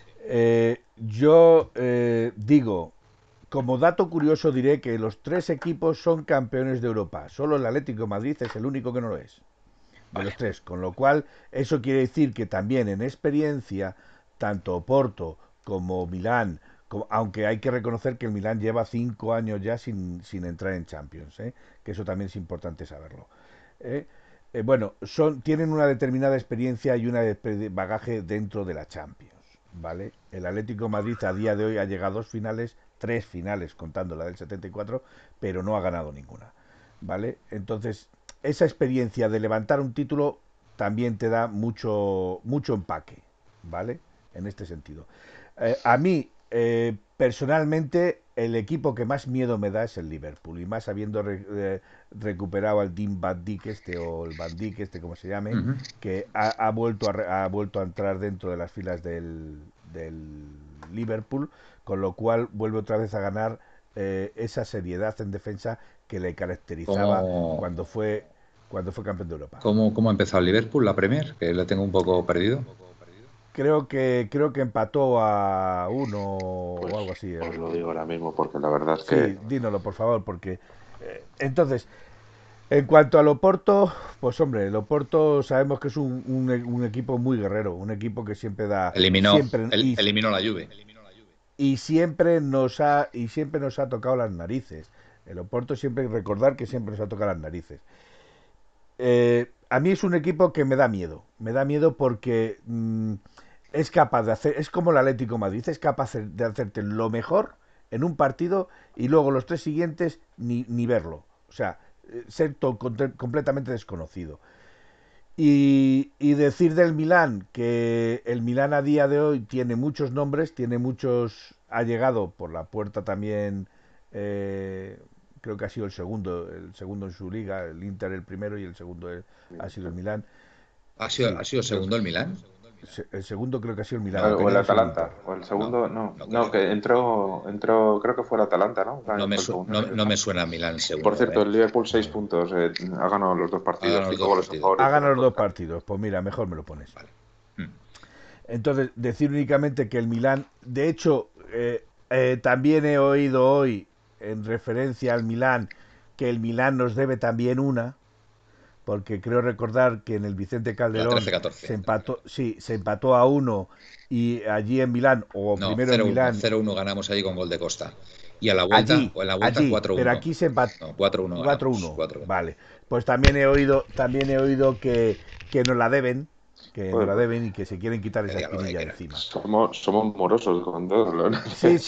Yo digo, como dato curioso diré que los 3 equipos son campeones de Europa. Solo el Atlético de Madrid es el único que no lo es. De los 3, con lo cual eso quiere decir que también en experiencia tanto Porto como Milán, aunque hay que reconocer que el Milán lleva 5 años ya sin entrar en Champions, que eso también es importante saberlo. Bueno, tienen una determinada experiencia y un bagaje dentro de la Champions, ¿vale? El Atlético de Madrid a día de hoy ha llegado a 3 finales contando la del 74, pero no ha ganado ninguna, ¿vale? Entonces, esa experiencia de levantar un título también te da mucho empaque, ¿vale? En este sentido. A mí, personalmente, el equipo que más miedo me da es el Liverpool, y más habiendo recuperado al Dean Van Dijk o el Van Dijk como se llame, que ha vuelto a entrar dentro de las filas del Liverpool, con lo cual vuelve otra vez a ganar esa seriedad en defensa que le caracterizaba cuando fue campeón de Europa. ¿Cómo ha empezado el Liverpool, la Premier? Que lo tengo un poco perdido. creo que empató a 1 o algo así. Os lo digo ahora mismo porque la verdad es Sí, que dínoslo, por favor, porque entonces, en cuanto al Oporto, pues hombre, el Oporto sabemos que es un equipo muy guerrero, un equipo que siempre da, siempre eliminó la Juve. Y siempre nos ha tocado las narices. El Oporto siempre recordar que siempre nos ha tocado las narices. A mí es un equipo que me da miedo porque es capaz de hacer, es como el Atlético de Madrid, es capaz de hacerte lo mejor en un partido y luego los 3 siguientes ni verlo. O sea, ser completamente desconocido. Y decir del Milán que el Milán a día de hoy tiene muchos nombres, ha llegado por la puerta también, creo que ha sido el segundo en su liga, el Inter el primero y el segundo ha sido el Milán. ¿Ha sido segundo el Milán? El segundo creo que ha sido el Milán. O el Atalanta. O el segundo, no, que entró, creo que fue el Atalanta, ¿no? No me suena Milán segundo. Por cierto, el Liverpool 6 puntos, ha ganado los 2 partidos, 5 goles a favor. Ha ganado los 2 partidos, pues mira, mejor me lo pones. Vale. Entonces, decir únicamente que el Milán, de hecho, también he oído hoy, en referencia al Milán, que el Milán nos debe también una, porque creo recordar que en el Vicente Calderón 13-14. se empató a 1 y allí en Milán, primero en Milán 0-1 ganamos allí con gol de Costa. Y a la vuelta, allí, 4-1. Pero aquí se empató 4-1. 4-1. Vale. Pues también he oído que nos la deben, y que se quieren quitar esa espinilla de encima. Somos morosos con todo. Sí,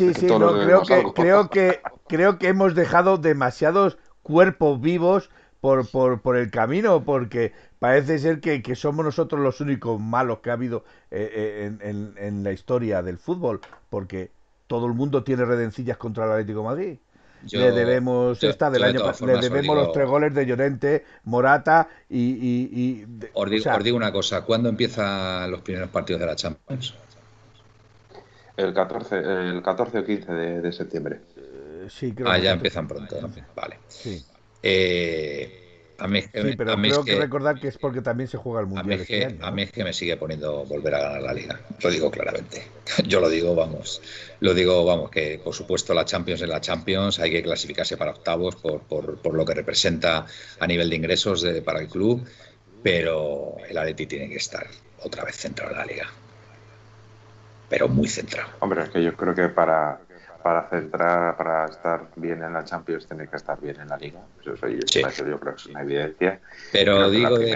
creo que hemos dejado demasiados cuerpos vivos por el camino, porque parece ser que somos nosotros los únicos malos que ha habido en la historia del fútbol, porque todo el mundo tiene redencillas contra el Atlético de Madrid. Le debemos los 3 goles de Llorente, Morata os digo una cosa, ¿cuándo empiezan los primeros partidos de la Champions? El 14 o 15 de septiembre. Sí, creo ya empiezan pronto, ¿no? Vale. Sí. Pero creo que recordar que es porque también se juega el Mundial este año, ¿no? A mí es que me sigue poniendo volver a ganar la Liga. Lo digo claramente. Yo lo digo, que por supuesto la Champions es la Champions, hay que clasificarse para octavos por lo que representa a nivel de ingresos para el club, pero el Atleti tiene que estar otra vez centrado en la Liga. Pero muy centrado. Hombre, es que yo creo que para estar bien en la Champions tiene que estar bien en la Liga. Eso yo creo que es una evidencia. Pero digo de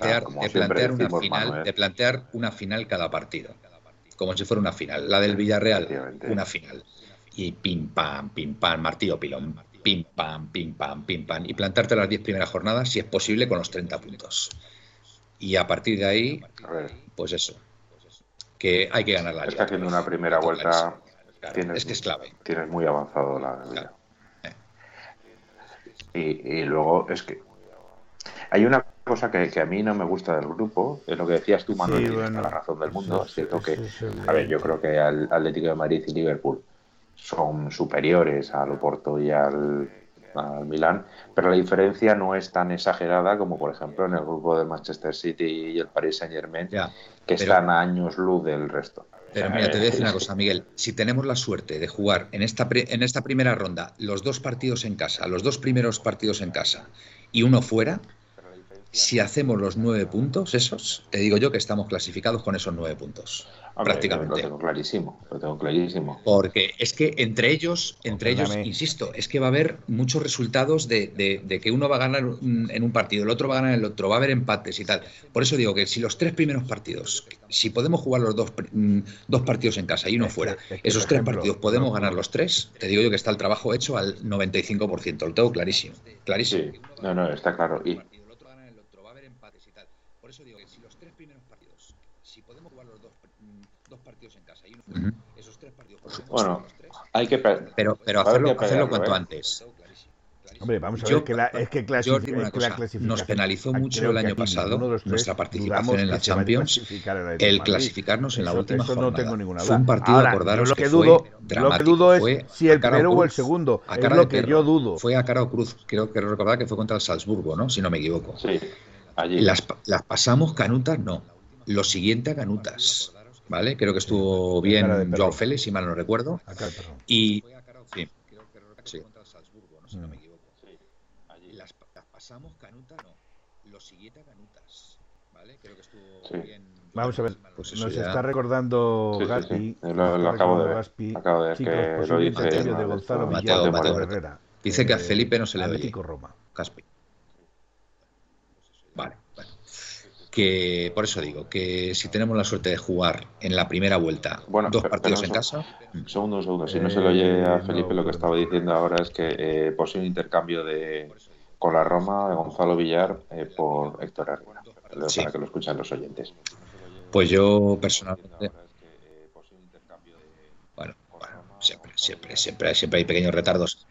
plantear una final cada partido, como si fuera una final. La del Villarreal, una final. Y pim pam, martillo pilón, pim pam, y plantarte las 10 primeras jornadas, si es posible, con los 30 puntos. Y a partir de ahí, pues eso, que hay que ganar la Liga. Está haciendo una primera vuelta. Es que es clave. Tienes muy avanzado la vida. Y luego es que hay una cosa que a mí no me gusta del grupo, es lo que decías tú, Manuel, tienes la razón del mundo. Es cierto que, yo creo que al Atlético de Madrid y Liverpool son superiores al Oporto y al Milán, pero la diferencia no es tan exagerada como, por ejemplo, en el grupo del Manchester City y el Paris Saint-Germain, están a años luz del resto. Pero mira, te voy a decir una cosa, Miguel. Si tenemos la suerte de jugar en esta primera ronda los 2 partidos en casa, los 2 primeros partidos en casa y uno fuera, si hacemos los 9 puntos esos, te digo yo que estamos clasificados con esos 9 puntos. Prácticamente. Lo tengo clarísimo. Porque es que entre ellos, insisto, es que va a haber muchos resultados de que uno va a ganar en un partido, el otro va a ganar en el otro, va a haber empates y tal. Por eso digo que si los 3 primeros partidos, si podemos jugar los 2 partidos en casa y uno fuera, esos 3 partidos podemos ganar los 3, te digo yo que está el trabajo hecho al 95%, lo tengo clarísimo. Sí, no, está claro. Por eso digo que si los 3 primeros partidos, si podemos jugar los 2 partidos en casa y uno, esos 3 partidos podemos hay que pero hacerlo cuanto antes. Hombre, vamos a ver que nos penalizó mucho el año pasado nuestra participación en la Champions, el clasificarnos en la última jornada. No tengo ninguna duda. Fue un partido, acordaros, que fue dramático. Lo que dudo es si el primero o el segundo. Es lo que yo dudo. Fue a cara o cruz, creo que recordar que fue contra el Salzburgo, ¿no? Si no me equivoco. Sí, allí. Las pasamos canutas, no. Lo siguiente a canutas. ¿vale? Creo que estuvo bien Joao Félix, si mal no recuerdo. Y sí, sí. Si no me equivoco. Las pasamos canuta, no. Los siguiente canutas, ¿vale? Creo que estuvo bien. Vamos a ver, pues nos ya... está recordando Gaspi. Lo acabo de ver. Gaspi, acabo de ver chicos, que posible lo dice intercambio de Gonzalo Mateo, Villar por Herrera. Dice que a Felipe no se le oye. Roma. Gaspi. Vale, bueno. Que por eso digo que si tenemos la suerte de jugar en la primera vuelta 2 partidos en casa. Un segundo. Si no se le oye a Felipe, lo que estaba diciendo ahora es que posible intercambio con la Roma de Gonzalo Villar por Héctor Herrera. Para que lo escuchen los oyentes. Pues yo personalmente. Bueno, siempre hay pequeños retardos.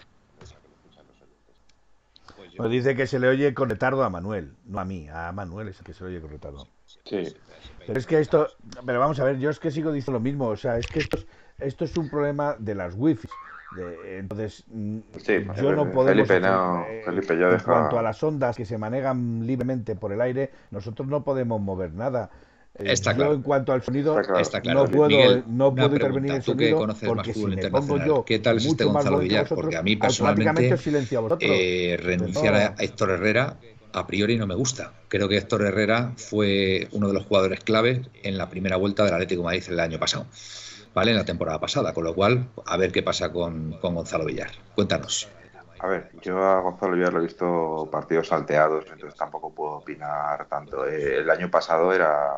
Pues dice que se le oye con retardo a Manuel, no a mí, a Manuel es el que se le oye con retardo. Sí. Pero es que pero vamos a ver, yo es que sigo diciendo lo mismo, o sea, es que esto es un problema de las wifi. Entonces, yo no podemos Felipe ya en cuanto a las ondas que se manejan libremente por el aire, nosotros no podemos mover nada. Claro. En cuanto al sonido, está claro. no puedo, Miguel, no puedo intervenir en el sonido. Tú que conoces porque más fútbol si internacional, me pongo yo ¿qué tal es Gonzalo Villar? Porque a mí personalmente renunciar a Héctor Herrera a priori no me gusta. Creo que Héctor Herrera fue uno de los jugadores clave en la primera vuelta del Atlético de Madrid el año pasado, ¿vale? En la temporada pasada, con lo cual a ver qué pasa con Gonzalo Villar. Cuéntanos. A ver, yo a Gonzalo Villar lo he visto partidos salteados, entonces tampoco puedo opinar tanto. El año pasado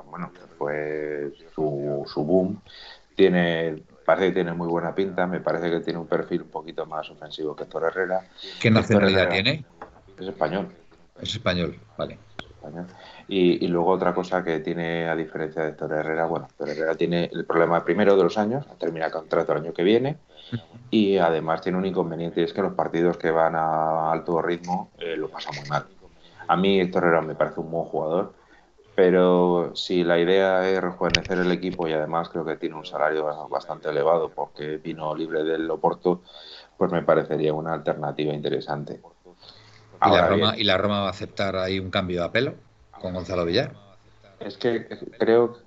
fue su boom. Parece que tiene muy buena pinta, me parece que tiene un perfil un poquito más ofensivo que Héctor Herrera. ¿Qué nacionalidad tiene? Es español. Es español, vale. Y luego otra cosa que tiene, a diferencia de Héctor Herrera, Héctor Herrera tiene el problema primero de los años, termina contrato el año que viene, y además tiene un inconveniente, y es que los partidos que van a alto ritmo lo pasa muy mal. A mí Héctor Herrera me parece un buen jugador, pero si la idea es rejuvenecer el equipo y además creo que tiene un salario bastante elevado porque vino libre del Oporto, pues me parecería una alternativa interesante. ¿Y la Roma va a aceptar ahí un cambio a pelo con Gonzalo Villar? Es que creo...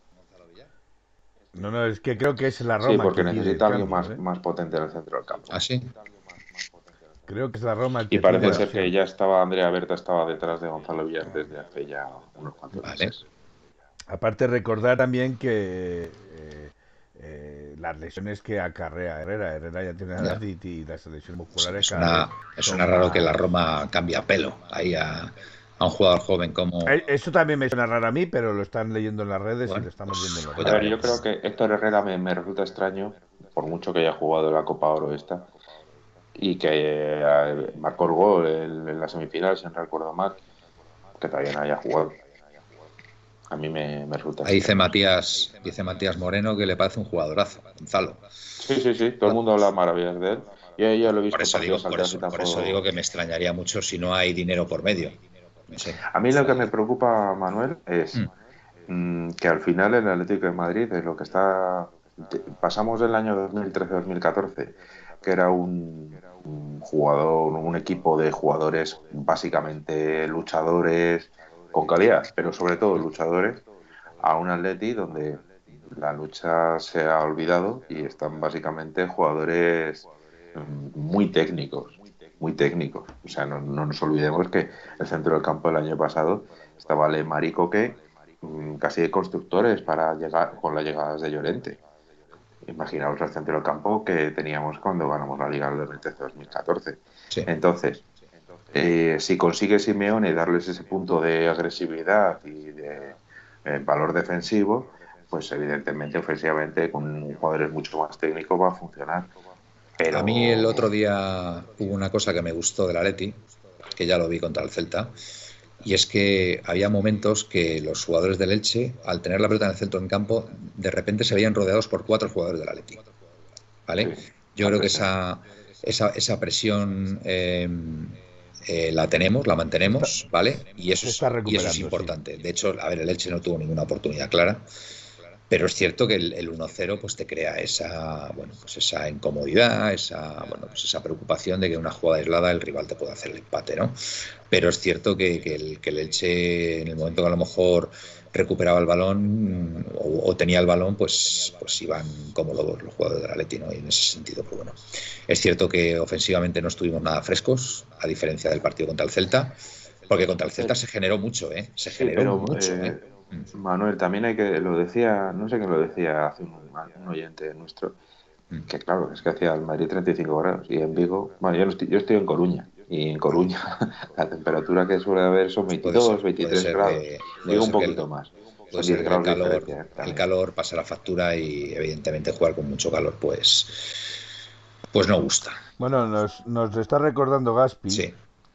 No, es que creo que es la Roma. Sí, porque necesita alguien más potente en el centro del campo. ¿Ah, sí? Creo que es la Roma. Y parece ser que ya Andrea Berta estaba detrás de Gonzalo Villar desde hace ya unos cuantos meses. Aparte, recordar también que las lesiones que acarrea Herrera ya tiene edad y las lesiones musculares. Suena raro que la Roma cambie a pelo ahí a un jugador joven como... Eso también me suena raro a mí, pero lo están leyendo en las redes y lo estamos viendo en las redes. Yo creo que Héctor Herrera me resulta extraño, por mucho que haya jugado la Copa Oro y que marcó el gol en la semifinal, si no recuerdo mal, que todavía no haya jugado. A mí me resulta ahí dice Matías Moreno que le parece un jugadorazo, Gonzalo. Sí, todo el mundo habla maravillas de él. Yo ya lo he visto. Por eso digo que me extrañaría mucho si no hay dinero por medio. No sé. A mí lo que me preocupa, Manuel, es que al final el Atlético de Madrid es lo que está... Pasamos del año 2013-2014, que era un equipo de jugadores básicamente luchadores con calidad, pero sobre todo luchadores, a un Atleti donde la lucha se ha olvidado y están básicamente jugadores muy técnicos. O sea, no nos olvidemos que el centro del campo el año pasado estaba Lemar y Coque casi de constructores para llegar con las llegadas de Llorente. Imaginaos el centro del campo que teníamos cuando ganamos la Liga del 2013-2014. Sí. Entonces, si consigue Simeone darles ese punto de agresividad y de valor defensivo, pues evidentemente ofensivamente con jugadores mucho más técnicos va a funcionar. Pero... A mí el otro día hubo una cosa que me gustó del Atleti, que ya lo vi contra el Celta, y es que había momentos que los jugadores del Elche, al tener la pelota en el centro del campo, de repente se veían rodeados por 4 jugadores del Atleti, ¿vale? Sí, yo creo que esa presión la mantenemos, ¿vale? Y eso es importante. Sí. De hecho, a ver, el Elche no tuvo ninguna oportunidad clara, pero es cierto que el 1-0 pues te crea esa incomodidad, esa preocupación de que una jugada aislada el rival te puede hacer el empate, ¿no? Pero es cierto que el Elche, en el momento que a lo mejor recuperaba el balón o tenía el balón, pues iban como lobos los jugadores del Atleti, ¿no? Y en ese sentido, pues bueno, es cierto que ofensivamente no estuvimos nada frescos, a diferencia del partido contra el Celta, porque contra el Celta se generó mucho, se generó mucho. Manuel, también hay que, lo decía, no sé quién lo decía hace un oyente nuestro, que claro, es que hacía el Madrid 35 grados y en Vigo, bueno, yo estoy en Coruña, y en Coruña la temperatura que suele haber son 22, 23 grados, digo un poquito más. Puede ser que el calor pasa la factura y evidentemente jugar con mucho calor pues no gusta. Bueno, nos está recordando Gaspi, sí.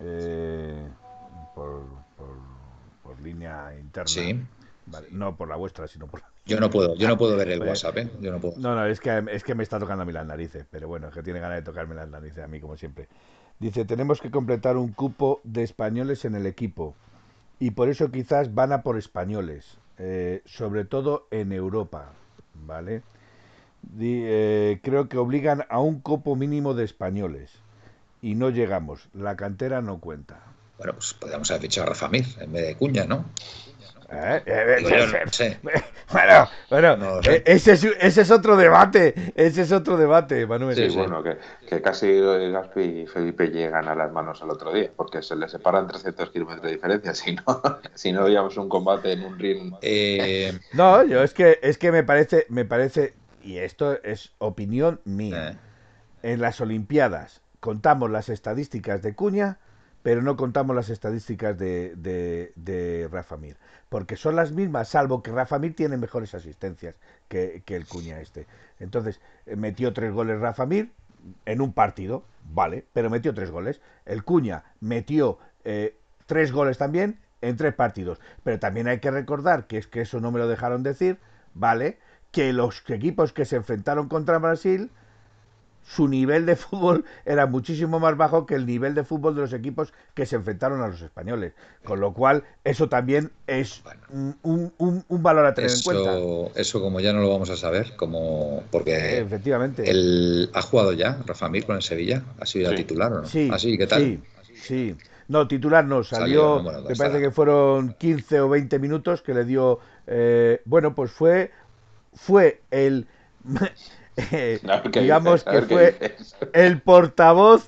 por línea interna. Sí. Vale, no por la vuestra, sino por la... Yo no puedo ver el WhatsApp, Yo no puedo. No, es que me está tocando a mí las narices, pero bueno, es que tiene ganas de tocarme las narices a mí, como siempre. Dice, tenemos que completar un cupo de españoles en el equipo y por eso quizás van a por españoles, sobre todo en Europa, ¿vale? Creo que obligan a un cupo mínimo de españoles y no llegamos, la cantera no cuenta. Bueno, pues podríamos haber fichado a Rafa Mir en vez de Cuña, ¿no? Bueno, no sé. Ese es otro debate. Manuel. Sí, bueno, que casi Gaspi y Felipe llegan a las manos el otro día, porque se les separan 300 kilómetros de diferencia. Si no veíamos un combate en un ring. No, yo es que me parece, y esto es opinión mía. En las Olimpiadas contamos las estadísticas de Cuña, pero no contamos las estadísticas de Rafa Mir, porque son las mismas, salvo que Rafa Mir tiene mejores asistencias que el Cuña este. Entonces, metió 3 goles Rafa Mir en un partido, vale, pero metió 3 goles. El Cuña metió 3 goles también en 3 partidos. Pero también hay que recordar, que es que eso no me lo dejaron decir, vale, que los equipos que se enfrentaron contra Brasil, su nivel de fútbol era muchísimo más bajo que el nivel de fútbol de los equipos que se enfrentaron a los españoles. Con lo cual, eso también es un valor a tener en cuenta. Eso como ya no lo vamos a saber, porque efectivamente. Él ha jugado ya, Rafa Mir, con el Sevilla. ¿Ha sido ya titular o no? Sí, ¿qué tal? Sí. No, titular no, salió bueno, me parece que fueron 15 o 20 minutos que le dio... bueno, pues fue el... digamos que fue el portavoz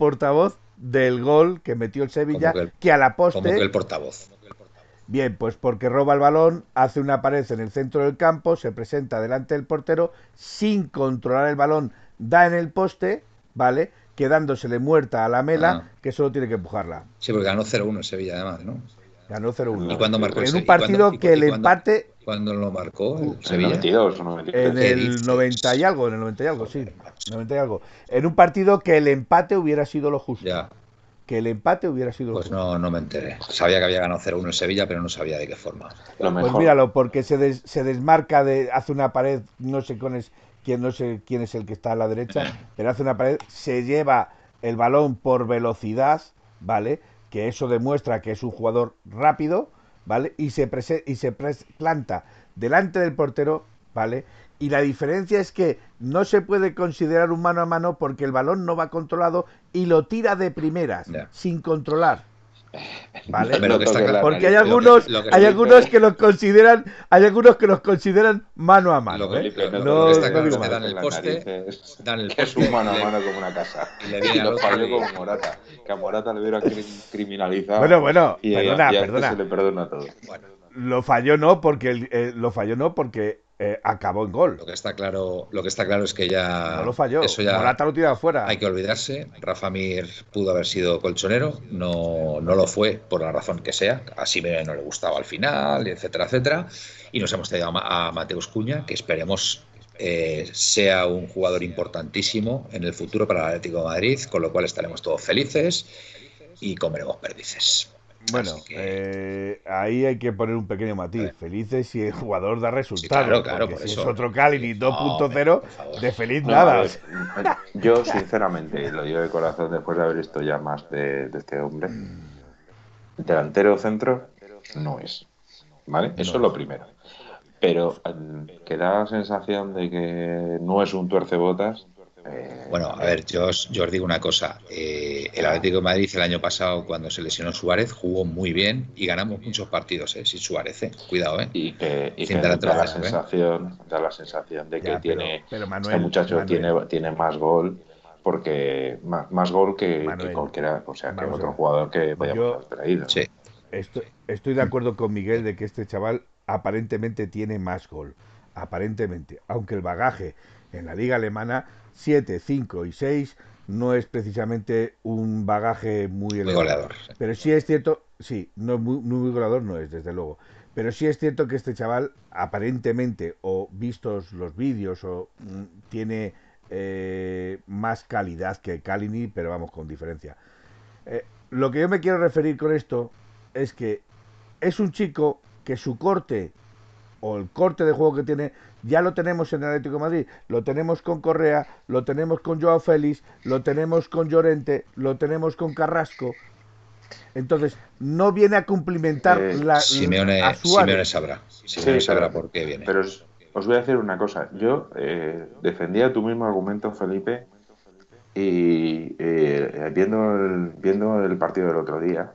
del gol que metió el Sevilla, que a la poste... Como que el portavoz. Bien, pues porque roba el balón, hace una pared en el centro del campo, se presenta delante del portero, sin controlar el balón, da en el poste, ¿vale?, quedándosele muerta a la Mela, que solo tiene que empujarla. Sí, porque ganó 0-1 el Sevilla, además, ¿no? Ganó 0-1. ¿Y cuándo marcó en un partido que el empate... ¿Cuándo lo marcó el Sevilla? En el 90 y algo, sí. 90 y algo. En un partido que el empate hubiera sido lo justo. Ya. Que el empate hubiera sido pues justo. No me enteré. Sabía que había ganado 0-1 el Sevilla, pero no sabía de qué forma. Pues míralo, porque se desmarca, hace una pared, no sé quién es el que está a la derecha, pero hace una pared, se lleva el balón por velocidad, ¿vale?, que eso demuestra que es un jugador rápido, ¿vale?, y se planta delante del portero, ¿vale?, y la diferencia es que no se puede considerar un mano a mano porque el balón no va controlado y lo tira de primeras, sin controlar. ¿Vale? Porque hay algunos que los consideran, mano a mano. Dan el poste, es un mano a mano como una casa. Y lo falló como Morata, que a Morata le hubiera criminalizado. Bueno, y perdona. Se le perdona todo. Bueno. Lo falló no porque acabó en gol. Lo que está claro es que ya no lo falló. Eso ya Morata lo tira afuera. Hay que olvidarse. Rafa Mir pudo haber sido colchonero, no lo fue por la razón que sea. A Simeone no le gustaba al final, etcétera, etcétera. Y nos hemos traído a Mateus Cuña, que esperemos sea un jugador importantísimo en el futuro para el Atlético de Madrid, con lo cual estaremos todos felices y comeremos perdices. Bueno, ahí hay que poner un pequeño matiz. Felices si el jugador da resultados. Sí, claro, por si eso. Es otro Cagliari 2.0, de feliz nada. Yo, sinceramente, lo digo de corazón después de haber visto ya más de este hombre, delantero centro no es. ¿Vale? Eso es lo primero. Pero que da la sensación de que no es un tuercebotas, Bueno, a ver, yo os digo una cosa. El Atlético de Madrid el año pasado, cuando se lesionó Suárez, jugó muy bien y ganamos muchos partidos sin Suárez. Cuidado, Y que sin da la trofeo, sensación de que Ya, tiene pero Manuel, este muchacho tiene más gol, porque más gol que Manuel, cualquiera, o sea, que vamos a otro ver. jugador que podíamos haber traído. Sí. Estoy de acuerdo con Miguel de que este chaval aparentemente tiene más gol. Aparentemente. Aunque el bagaje en la liga alemana, 7, 5 y 6, no es precisamente un bagaje muy elevado. Goleador. Pero sí es cierto, sí, no muy goleador no es, desde luego. Pero sí es cierto que este chaval, aparentemente, o vistos los vídeos, tiene más calidad que Kalini, pero vamos, con diferencia. Lo que yo me quiero referir con esto es que es un chico que su corte o el corte de juego que tiene ya lo tenemos en el Atlético de Madrid, lo tenemos con Correa, lo tenemos con Joao Félix, lo tenemos con Llorente, lo tenemos con Carrasco. Entonces no viene a cumplimentar Simeone sabrá por qué viene. Pero os voy a decir una cosa. Yo defendía tu mismo argumento, Felipe, y viendo el partido del otro día,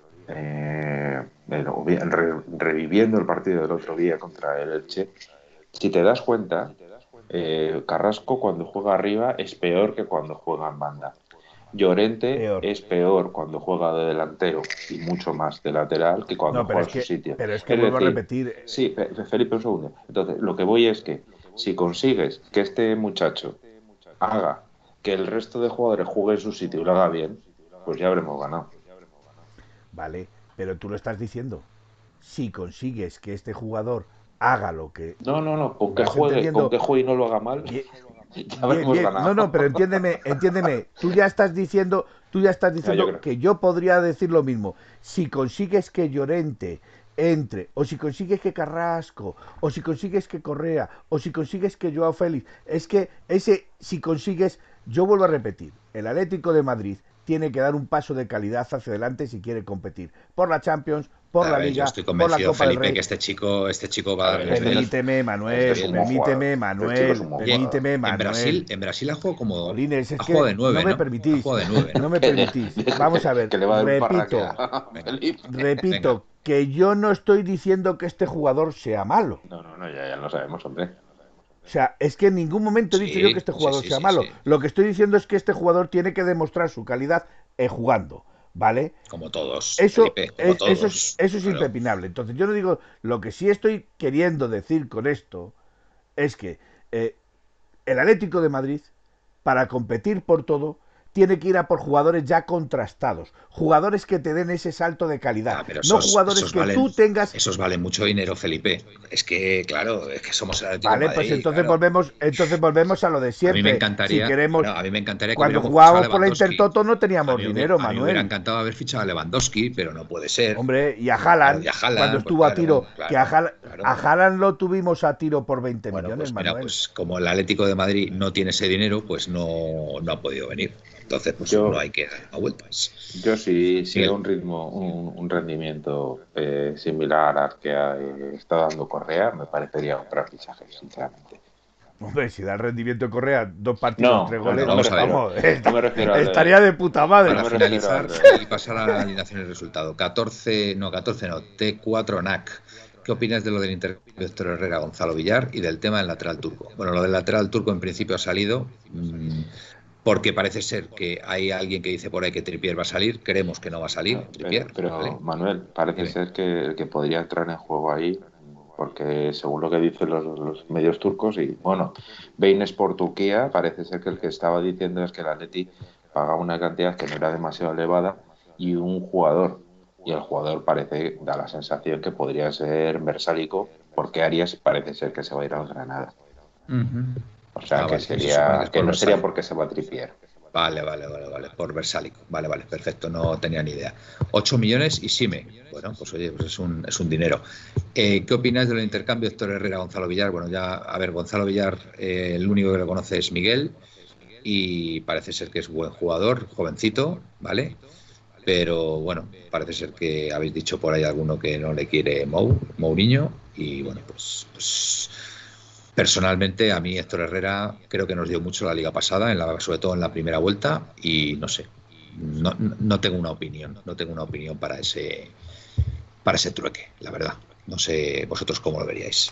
reviviendo el partido del otro día contra el Elche, si te das cuenta, Carrasco cuando juega arriba es peor que cuando juega en banda. Llorente es peor cuando juega de delantero y mucho más de lateral que cuando juega en su sitio. Pero es que vuelvo a repetir. Sí, Felipe, un segundo. Entonces, lo que voy es que si consigues que este muchacho haga que el resto de jugadores juegue en su sitio y lo haga bien, pues ya habremos ganado. Vale, pero tú lo estás diciendo. Si consigues que este jugador haga lo que... No, con que juegue y no lo haga mal... Bien. No, pero entiéndeme. Tú ya estás diciendo que yo podría decir lo mismo. Si consigues que Llorente entre, o si consigues que Carrasco, o si consigues que Correa, o si consigues que Joao Félix, es que si consigues, yo vuelvo a repetir, el Atlético de Madrid tiene que dar un paso de calidad hacia adelante si quiere competir por la Champions, por la Liga, yo estoy convencido, por la Copa Felipe, del Rey. que este chico va a dar Permíteme, Manuel. En Brasil ha jugado como Jolines, ha jugado de 9, no me permitís. No me permitís. Vamos a ver, repito, que yo no estoy diciendo que este jugador sea malo. No, ya lo sabemos, hombre. O sea, es que en ningún momento he dicho yo que este jugador sea malo. Lo que estoy diciendo es que este jugador tiene que demostrar su calidad jugando, ¿vale? Como todos, eso, Felipe, como todos. Eso es impepinable. Entonces yo no digo, lo que sí estoy queriendo decir con esto es que el Atlético de Madrid, para competir por todo, tiene que ir a por jugadores ya contrastados, jugadores que te den ese salto de calidad, no jugadores que tú tengas. Esos valen mucho dinero, Felipe. Es que, claro, es que somos el Atlético Vale, de Madrid, pues entonces volvemos a lo de siempre. A mí me encantaría, si queremos, a mí me encantaría que cuando jugábamos por la Intertoto no teníamos dinero, Manuel. A mí me hubiera encantado haber fichado a Lewandowski, pero no puede ser. Hombre, y a Haaland, cuando estuvo a tiro, que a Haaland lo tuvimos a tiro por 20 millones, pues mira, Manuel. Pues como el Atlético de Madrid no tiene ese dinero, pues no ha podido venir. Entonces, pues no hay que dar vueltas. Yo sí veo un rendimiento similar al que está dando Correa, me parecería un gran fichaje, sinceramente. Hombre, si da el rendimiento de Correa, 2 partidos, 3 goles, estaría de puta madre. Para finalizar y pasar a la alineación y el resultado. 14 no, T4 NAC. ¿Qué opinas de lo del intercambio de Héctor Herrera, Gonzalo Villar y del tema del lateral turco? Bueno, lo del lateral turco en principio ha salido... porque parece ser que hay alguien que dice por ahí que Trippier va a salir. Creemos que no va a salir Trippier. Pero ¿vale? Manuel, parece ser que el que podría entrar en juego ahí, porque según lo que dicen los medios turcos, y bueno, Bein Sport Turquía, parece ser que el que estaba diciendo es que el Atleti pagaba una cantidad que no era demasiado elevada y un jugador, y el jugador da la sensación que podría ser Versálico, porque Arias parece ser que se va a ir al Granada. O sea, que no sería porque se va a Trippier. Vale, por Versálico. Vale, perfecto, no tenía ni idea. 8 millones y Sime. Bueno, pues oye, pues es un dinero. ¿Qué opinas del intercambio Héctor Herrera-Gonzalo Villar? Bueno, ya, a ver, Gonzalo Villar, el único que lo conoce es Miguel y parece ser que es buen jugador, jovencito, ¿vale? Pero bueno, parece ser que habéis dicho por ahí alguno que no le quiere Mourinho y bueno, pues Personalmente, a mí Héctor Herrera creo que nos dio mucho la liga pasada, sobre todo en la primera vuelta, y no sé, no tengo una opinión, para ese trueque, la verdad. No sé vosotros cómo lo veríais.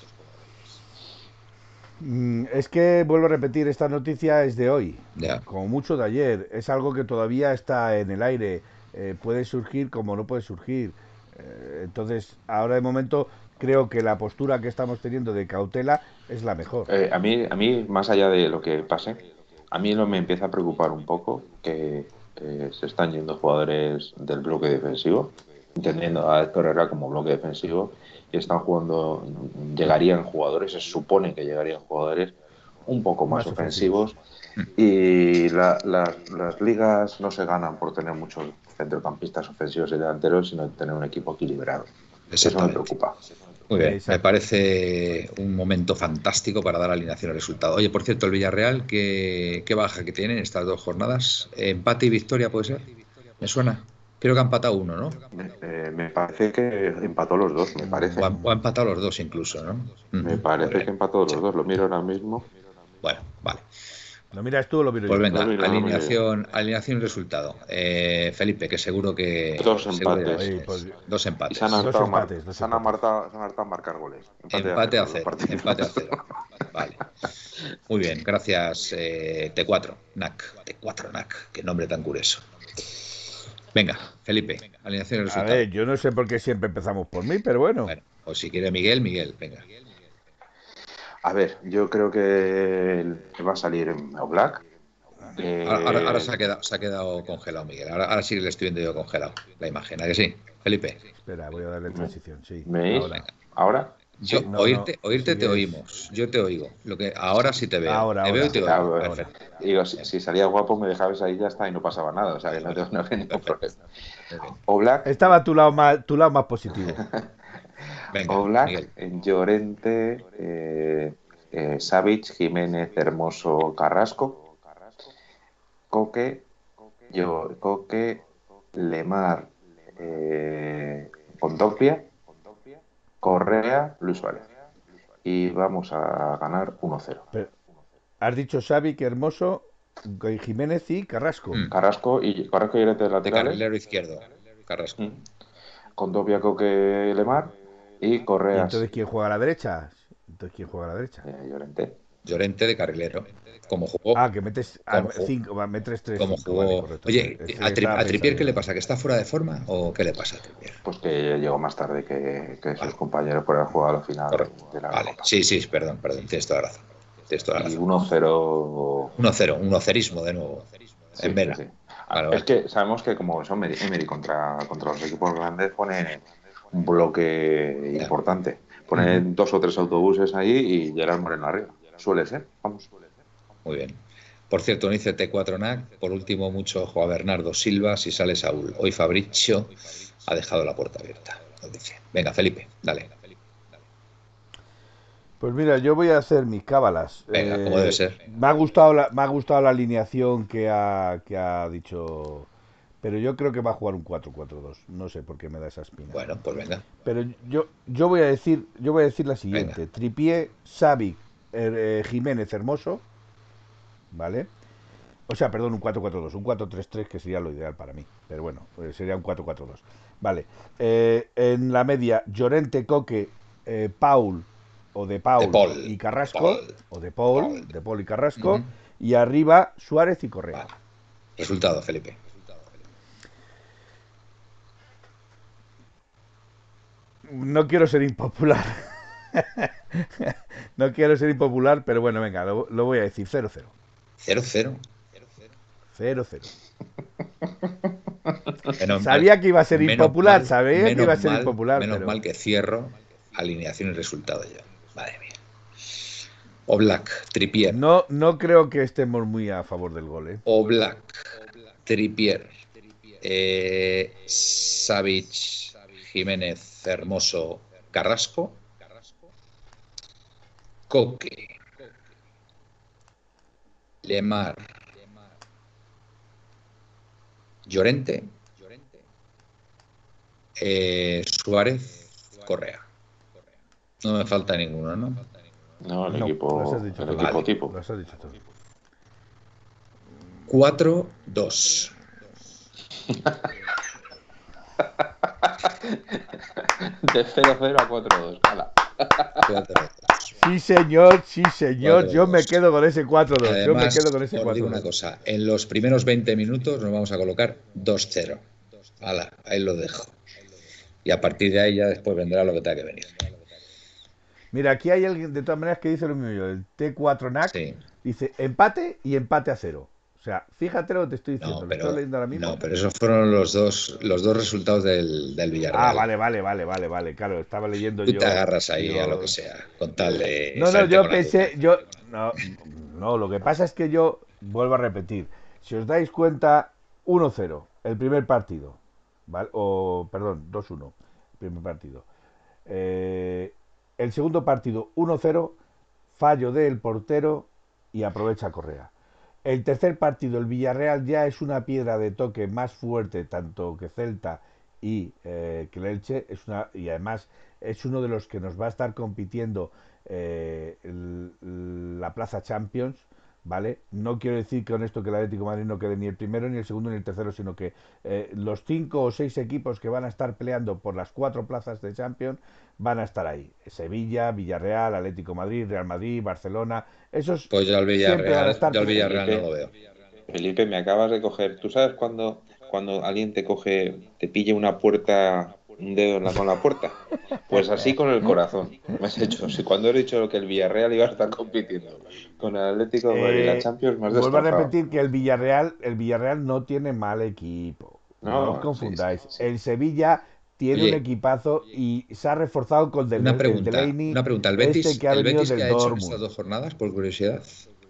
Es que, vuelvo a repetir, esta noticia es de hoy, Ya. como mucho de ayer. Es algo que todavía está en el aire. Puede surgir como no puede surgir. Entonces, ahora de momento, creo que la postura que estamos teniendo de cautela es la mejor. A mí, más allá de lo que pase, a mí me empieza a preocupar un poco que se están yendo jugadores del bloque defensivo, entendiendo a Héctor Herrera como bloque defensivo, y están jugando, llegarían jugadores, se supone que llegarían jugadores un poco más Más ofensivos. ofensivos, y las ligas no se ganan por tener muchos centrocampistas ofensivos y delanteros, sino tener un equipo equilibrado. Eso me preocupa. Muy bien, Exacto. me parece un momento fantástico para dar alineación al resultado. Oye, por cierto, el Villarreal, ¿qué baja que tienen estas 2 jornadas? ¿Empate y victoria puede ser? ¿Me suena? Creo que ha empatado uno, ¿no? Me parece que empató los dos, me parece. O ha empatado los 2 incluso, ¿no? Me parece que empató los dos, lo miro ahora mismo. Bueno, vale. ¿Lo miras tú o lo miro Pues yo? venga, No, mira, alineación y resultado. Felipe, que seguro que... Dos seguro empates. que- Oye, pues, 2 empates. Y se han Dos hartado, empates, dos se han empates. hartado marcar goles. Empate a cero, cero. partidos. Empate a 0. Vale. Muy bien, gracias T4, NAC. T4 NAC, qué nombre tan curioso. Venga, Felipe, alineación y A resultado. ver, yo no sé por qué siempre empezamos por mí, pero bueno. Bueno, o si quiere Miguel, venga. A ver, yo creo que va a salir Oblak. Ahora se ha quedado congelado, Miguel. Ahora sí le estoy viendo yo congelado la imagen. ¿A que sí? Felipe. Espera, voy a darle transición, sí. ¿Me oís? Ahora. ¿Ahora? Yo, No, oírte te sigues. oímos. Yo te oigo. Ahora sí te veo. Ahora, Te veo y te oigo. Ah, Perfecto. Digo, si salía guapo me dejabas ahí y ya está y no pasaba nada. O sea, que no tengo ningún problema. Muy bien. Oblak, Estaba a tu lado más positivo. Venga, Oblak, Miguel. Llorente, Savic, Jiménez, Hermoso, Carrasco, Coque, Lemar, Kondogbia, Correa, Luis Suárez. Y vamos a ganar 1-0. Pero, has dicho Xavi, que Hermoso, Jiménez y Carrasco. Carrasco y Llorente de De laterales. carrilero izquierdo, Carrasco. Kondogbia, Coque, Lemar y ¿Y Correa. entonces quién juega a la derecha? Llorente. Llorente de carrilero. Como jugó. Ah, que metes Como jugó. metes 3 Como jugó. correcto. Oye, Sí, ¿a estaba Trippier pensando qué le yo. pasa? ¿Que está fuera de forma o qué le pasa a Trippier? Pues que llegó más tarde que sus Vale. compañeros por haber jugado a la final Correcto. de la Vale. Copa. Sí, perdón. Tienes toda la razón. Y 1-0. 1-0, un ocerismo de nuevo. Sí, En vena. sí. Vale. Es que sabemos que como son Emery contra los equipos grandes pone un bloque importante. Pone 2 o 3 autobuses ahí y Gerard Moreno arriba. Suele ser, vamos. Muy bien. Por cierto, no dice T4 NAC. Por último, mucho ojo a Bernardo Silva si sale Saúl. Hoy Fabricio ha dejado la puerta abierta. Nos dice. Venga, Felipe, dale. Pues mira, yo voy a hacer mis cábalas. Venga, como debe ser. Me ha gustado la alineación que ha dicho, pero yo creo que va a jugar un 4-4-2. No sé por qué me da esa espina. Bueno, pues venga. Pero yo voy a decir la siguiente: Venga. Trippier, Xavi, Jiménez, Hermoso, ¿vale? O sea, perdón, un 4-4-2, un 4-3-3 que sería lo ideal para mí. Pero bueno, sería un 4-4-2. Vale. En la media, Llorente, Coque, Paul o de Paul y Carrasco, o de Paul y Carrasco, y arriba Suárez y Correa. Vale. Resultado, Felipe. No quiero ser impopular. No quiero ser impopular, pero bueno, venga, lo voy a decir: 0-0. 0-0. 0-0. Menos Sabía mal- que iba a ser menos impopular, mal- sabía que menos iba a ser mal- impopular, Menos pero mal que cierro alineación y resultado yo. Madre mía. Oblak, Trippier. no creo que estemos muy a favor del gol, ¿eh? Oblak, Trippier, Savic, Jiménez, Hermoso, Carrasco, Coque, Lemar, Llorente, Suárez, Correa. No me falta ninguno, ¿no? No, No, lo has dicho el todo. equipo tipo. Lo has dicho todo. 4-2. De 0-0 a 4-2. ¡Hala! 4-2. Sí, señor, sí, señor. Yo me 4-2. quedo con ese 4-2. Yo me Además, quedo con ese os digo una 4-2. cosa, en los primeros 20 minutos nos vamos a colocar 2-0. Hala, ahí lo dejo. Y a partir de ahí ya después vendrá lo que tenga que venir. Mira, aquí hay alguien de todas maneras que dice lo mismo yo. El T4NAC Sí. dice empate y empate a 0. O sea, fíjate lo que te estoy diciendo. No, Lo estoy leyendo ahora mismo. no, pero esos fueron los dos resultados del Ah, Villarreal. vale. Claro, estaba leyendo Tú te yo. agarras ahí a lo que Yo. sea, con tal de No, salirte yo con la tuya. pensé. No, lo que pasa es que yo. Vuelvo a repetir. Si os dais cuenta, 1-0, el primer partido. ¿Vale? O, perdón, 2-1, el primer partido. Eh, el segundo partido, 1-0, fallo del portero y aprovecha Correa. El tercer partido, el Villarreal ya es una piedra de toque más fuerte tanto que Celta que el Elche, y además es uno de los que nos va a estar compitiendo la plaza Champions, ¿vale? No quiero decir con esto que el Atlético de Madrid no quede ni el primero, ni el segundo, ni el tercero, sino que los 5 o 6 equipos que van a estar peleando por las 4 plazas de Champions van a estar ahí. Sevilla, Villarreal, Atlético de Madrid, Real Madrid, Barcelona, esos Pues siempre van a estar yo al peleando. Villarreal no lo veo. Felipe, me acabas de coger. ¿Tú sabes cuando alguien te coge, te pilla una puerta, un dedo con la puerta? Pues así con el corazón. Me has hecho. Si cuando he dicho que el Villarreal iba a estar compitiendo con el Atlético de Madrid, la Champions, me has Vuelvo a destrozado. repetir que el Villarreal no tiene mal equipo. No os No, sí, sí. confundáis. El Sevilla tiene un Oye, equipazo y se ha reforzado con una el pregunta, Delaney, una pregunta. este que ha El venido Betis qué del ha hecho en estas Dortmund. 2 jornadas, por curiosidad?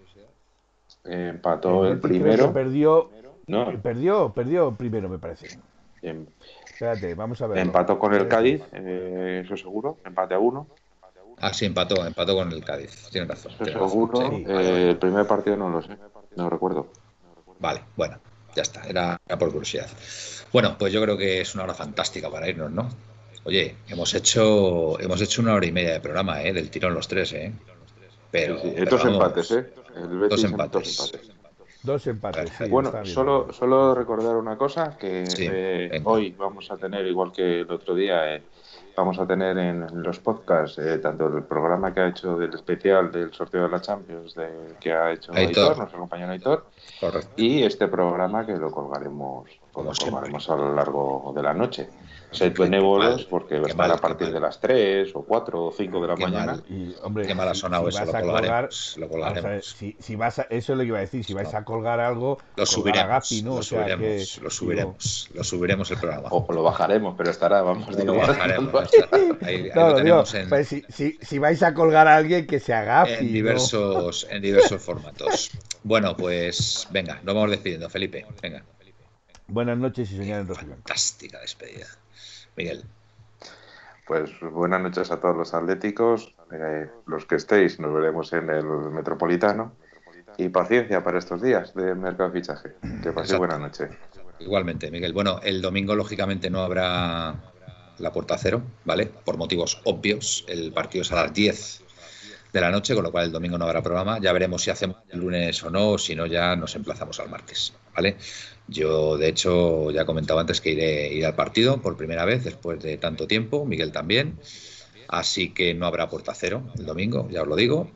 El Empató el Betis creo que primero. perdió, No, perdió primero, me parece. em- Espérate, vamos a verlo. empató con el Betis. Cádiz, eso seguro. Empate a 1. Ah, sí, empató con el Cádiz. Eso Tienes razón. Sí, seguro. Sí. vale, vale. El primer partido no lo sé. No recuerdo. Vale, bueno, ya está, era por curiosidad. Bueno, pues yo creo que es una hora fantástica para irnos, ¿no? Oye, hemos hecho 1 hora y media de programa, del tirón los tres, Sí, sí. Pero Dos empates, vamos, ¿eh? El dos Betis en dos empates. empates. Dos empates, sí, lo Bueno, estaba viendo solo, yo. solo recordar una cosa, que Sí, venga. hoy vamos a tener, igual que el otro día, vamos a tener en los podcasts tanto el programa que ha hecho del especial del sorteo de la Champions, que ha hecho Aitor, Aitor, nuestro compañero Aitor, correcto, y este programa que como lo siempre. colgaremos a lo largo de la noche. Sed benévolos Mal, porque va a qué estar a mal, qué partir mal, de las 3 o 4 o 5 de la qué mañana. mal, Y, hombre, qué mal ha sonado si eso, vas lo a colgar, colgaremos, lo vamos a ver, colgaremos. si vas a, eso es lo que iba a decir, si vais No, a colgar algo, lo colgar a Gapi, subiremos, ¿no? lo O sea, que, subiremos, lo digo, subiremos, lo subiremos el programa. O lo bajaremos, pero estará, vamos, No lo digo, bajaremos, no no estará. Ahí no, lo lo digo, tenemos en, pues si vais a colgar a alguien, que sea en Gapi, ¿no? diversos, en diversos formatos. Bueno, pues venga, nos vamos despidiendo, Felipe. Venga, Buenas noches y qué soñar en rojiblanco. fantástica despedida. Miguel, Pues buenas noches a todos los atléticos. Los que estéis, nos veremos en el Metropolitano. Y paciencia para estos días de mercado de fichaje. Que paséis buena exacto. noche. Igualmente, Miguel. Bueno, el domingo, lógicamente, no habrá la puerta cero, ¿vale? Por motivos obvios. El partido es a las 10 de la noche, con lo cual el domingo no habrá programa. Ya veremos si hacemos el lunes o no, si no ya nos emplazamos al martes, ¿vale? Yo, de hecho, ya comentaba antes que iré al partido por primera vez después de tanto tiempo, Miguel también, así que no habrá puerta cero el domingo, ya os lo digo.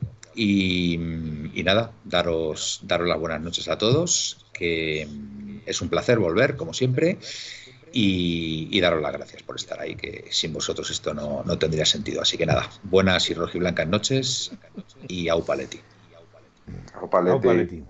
Y nada, daros las buenas noches a todos, que es un placer volver, como siempre, y daros las gracias por estar ahí, que sin vosotros esto no tendría sentido. Así que nada, buenas y rojiblancas noches y au paleti. Au paleti. Aupa, Leti.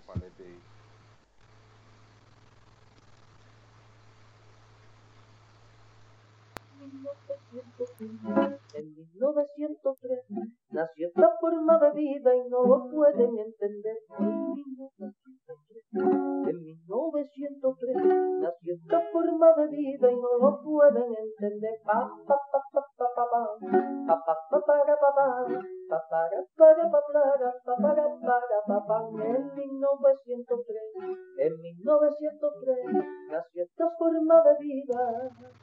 En 1903 nació esta forma de vida y no lo pueden entender. En 1903 nació esta forma de vida y no lo pueden entender. Pa pa pa pa pa pa pa pa pa pa para pa pa pa para para pa para pa para pa pa. En 1903 nació esta forma de vida.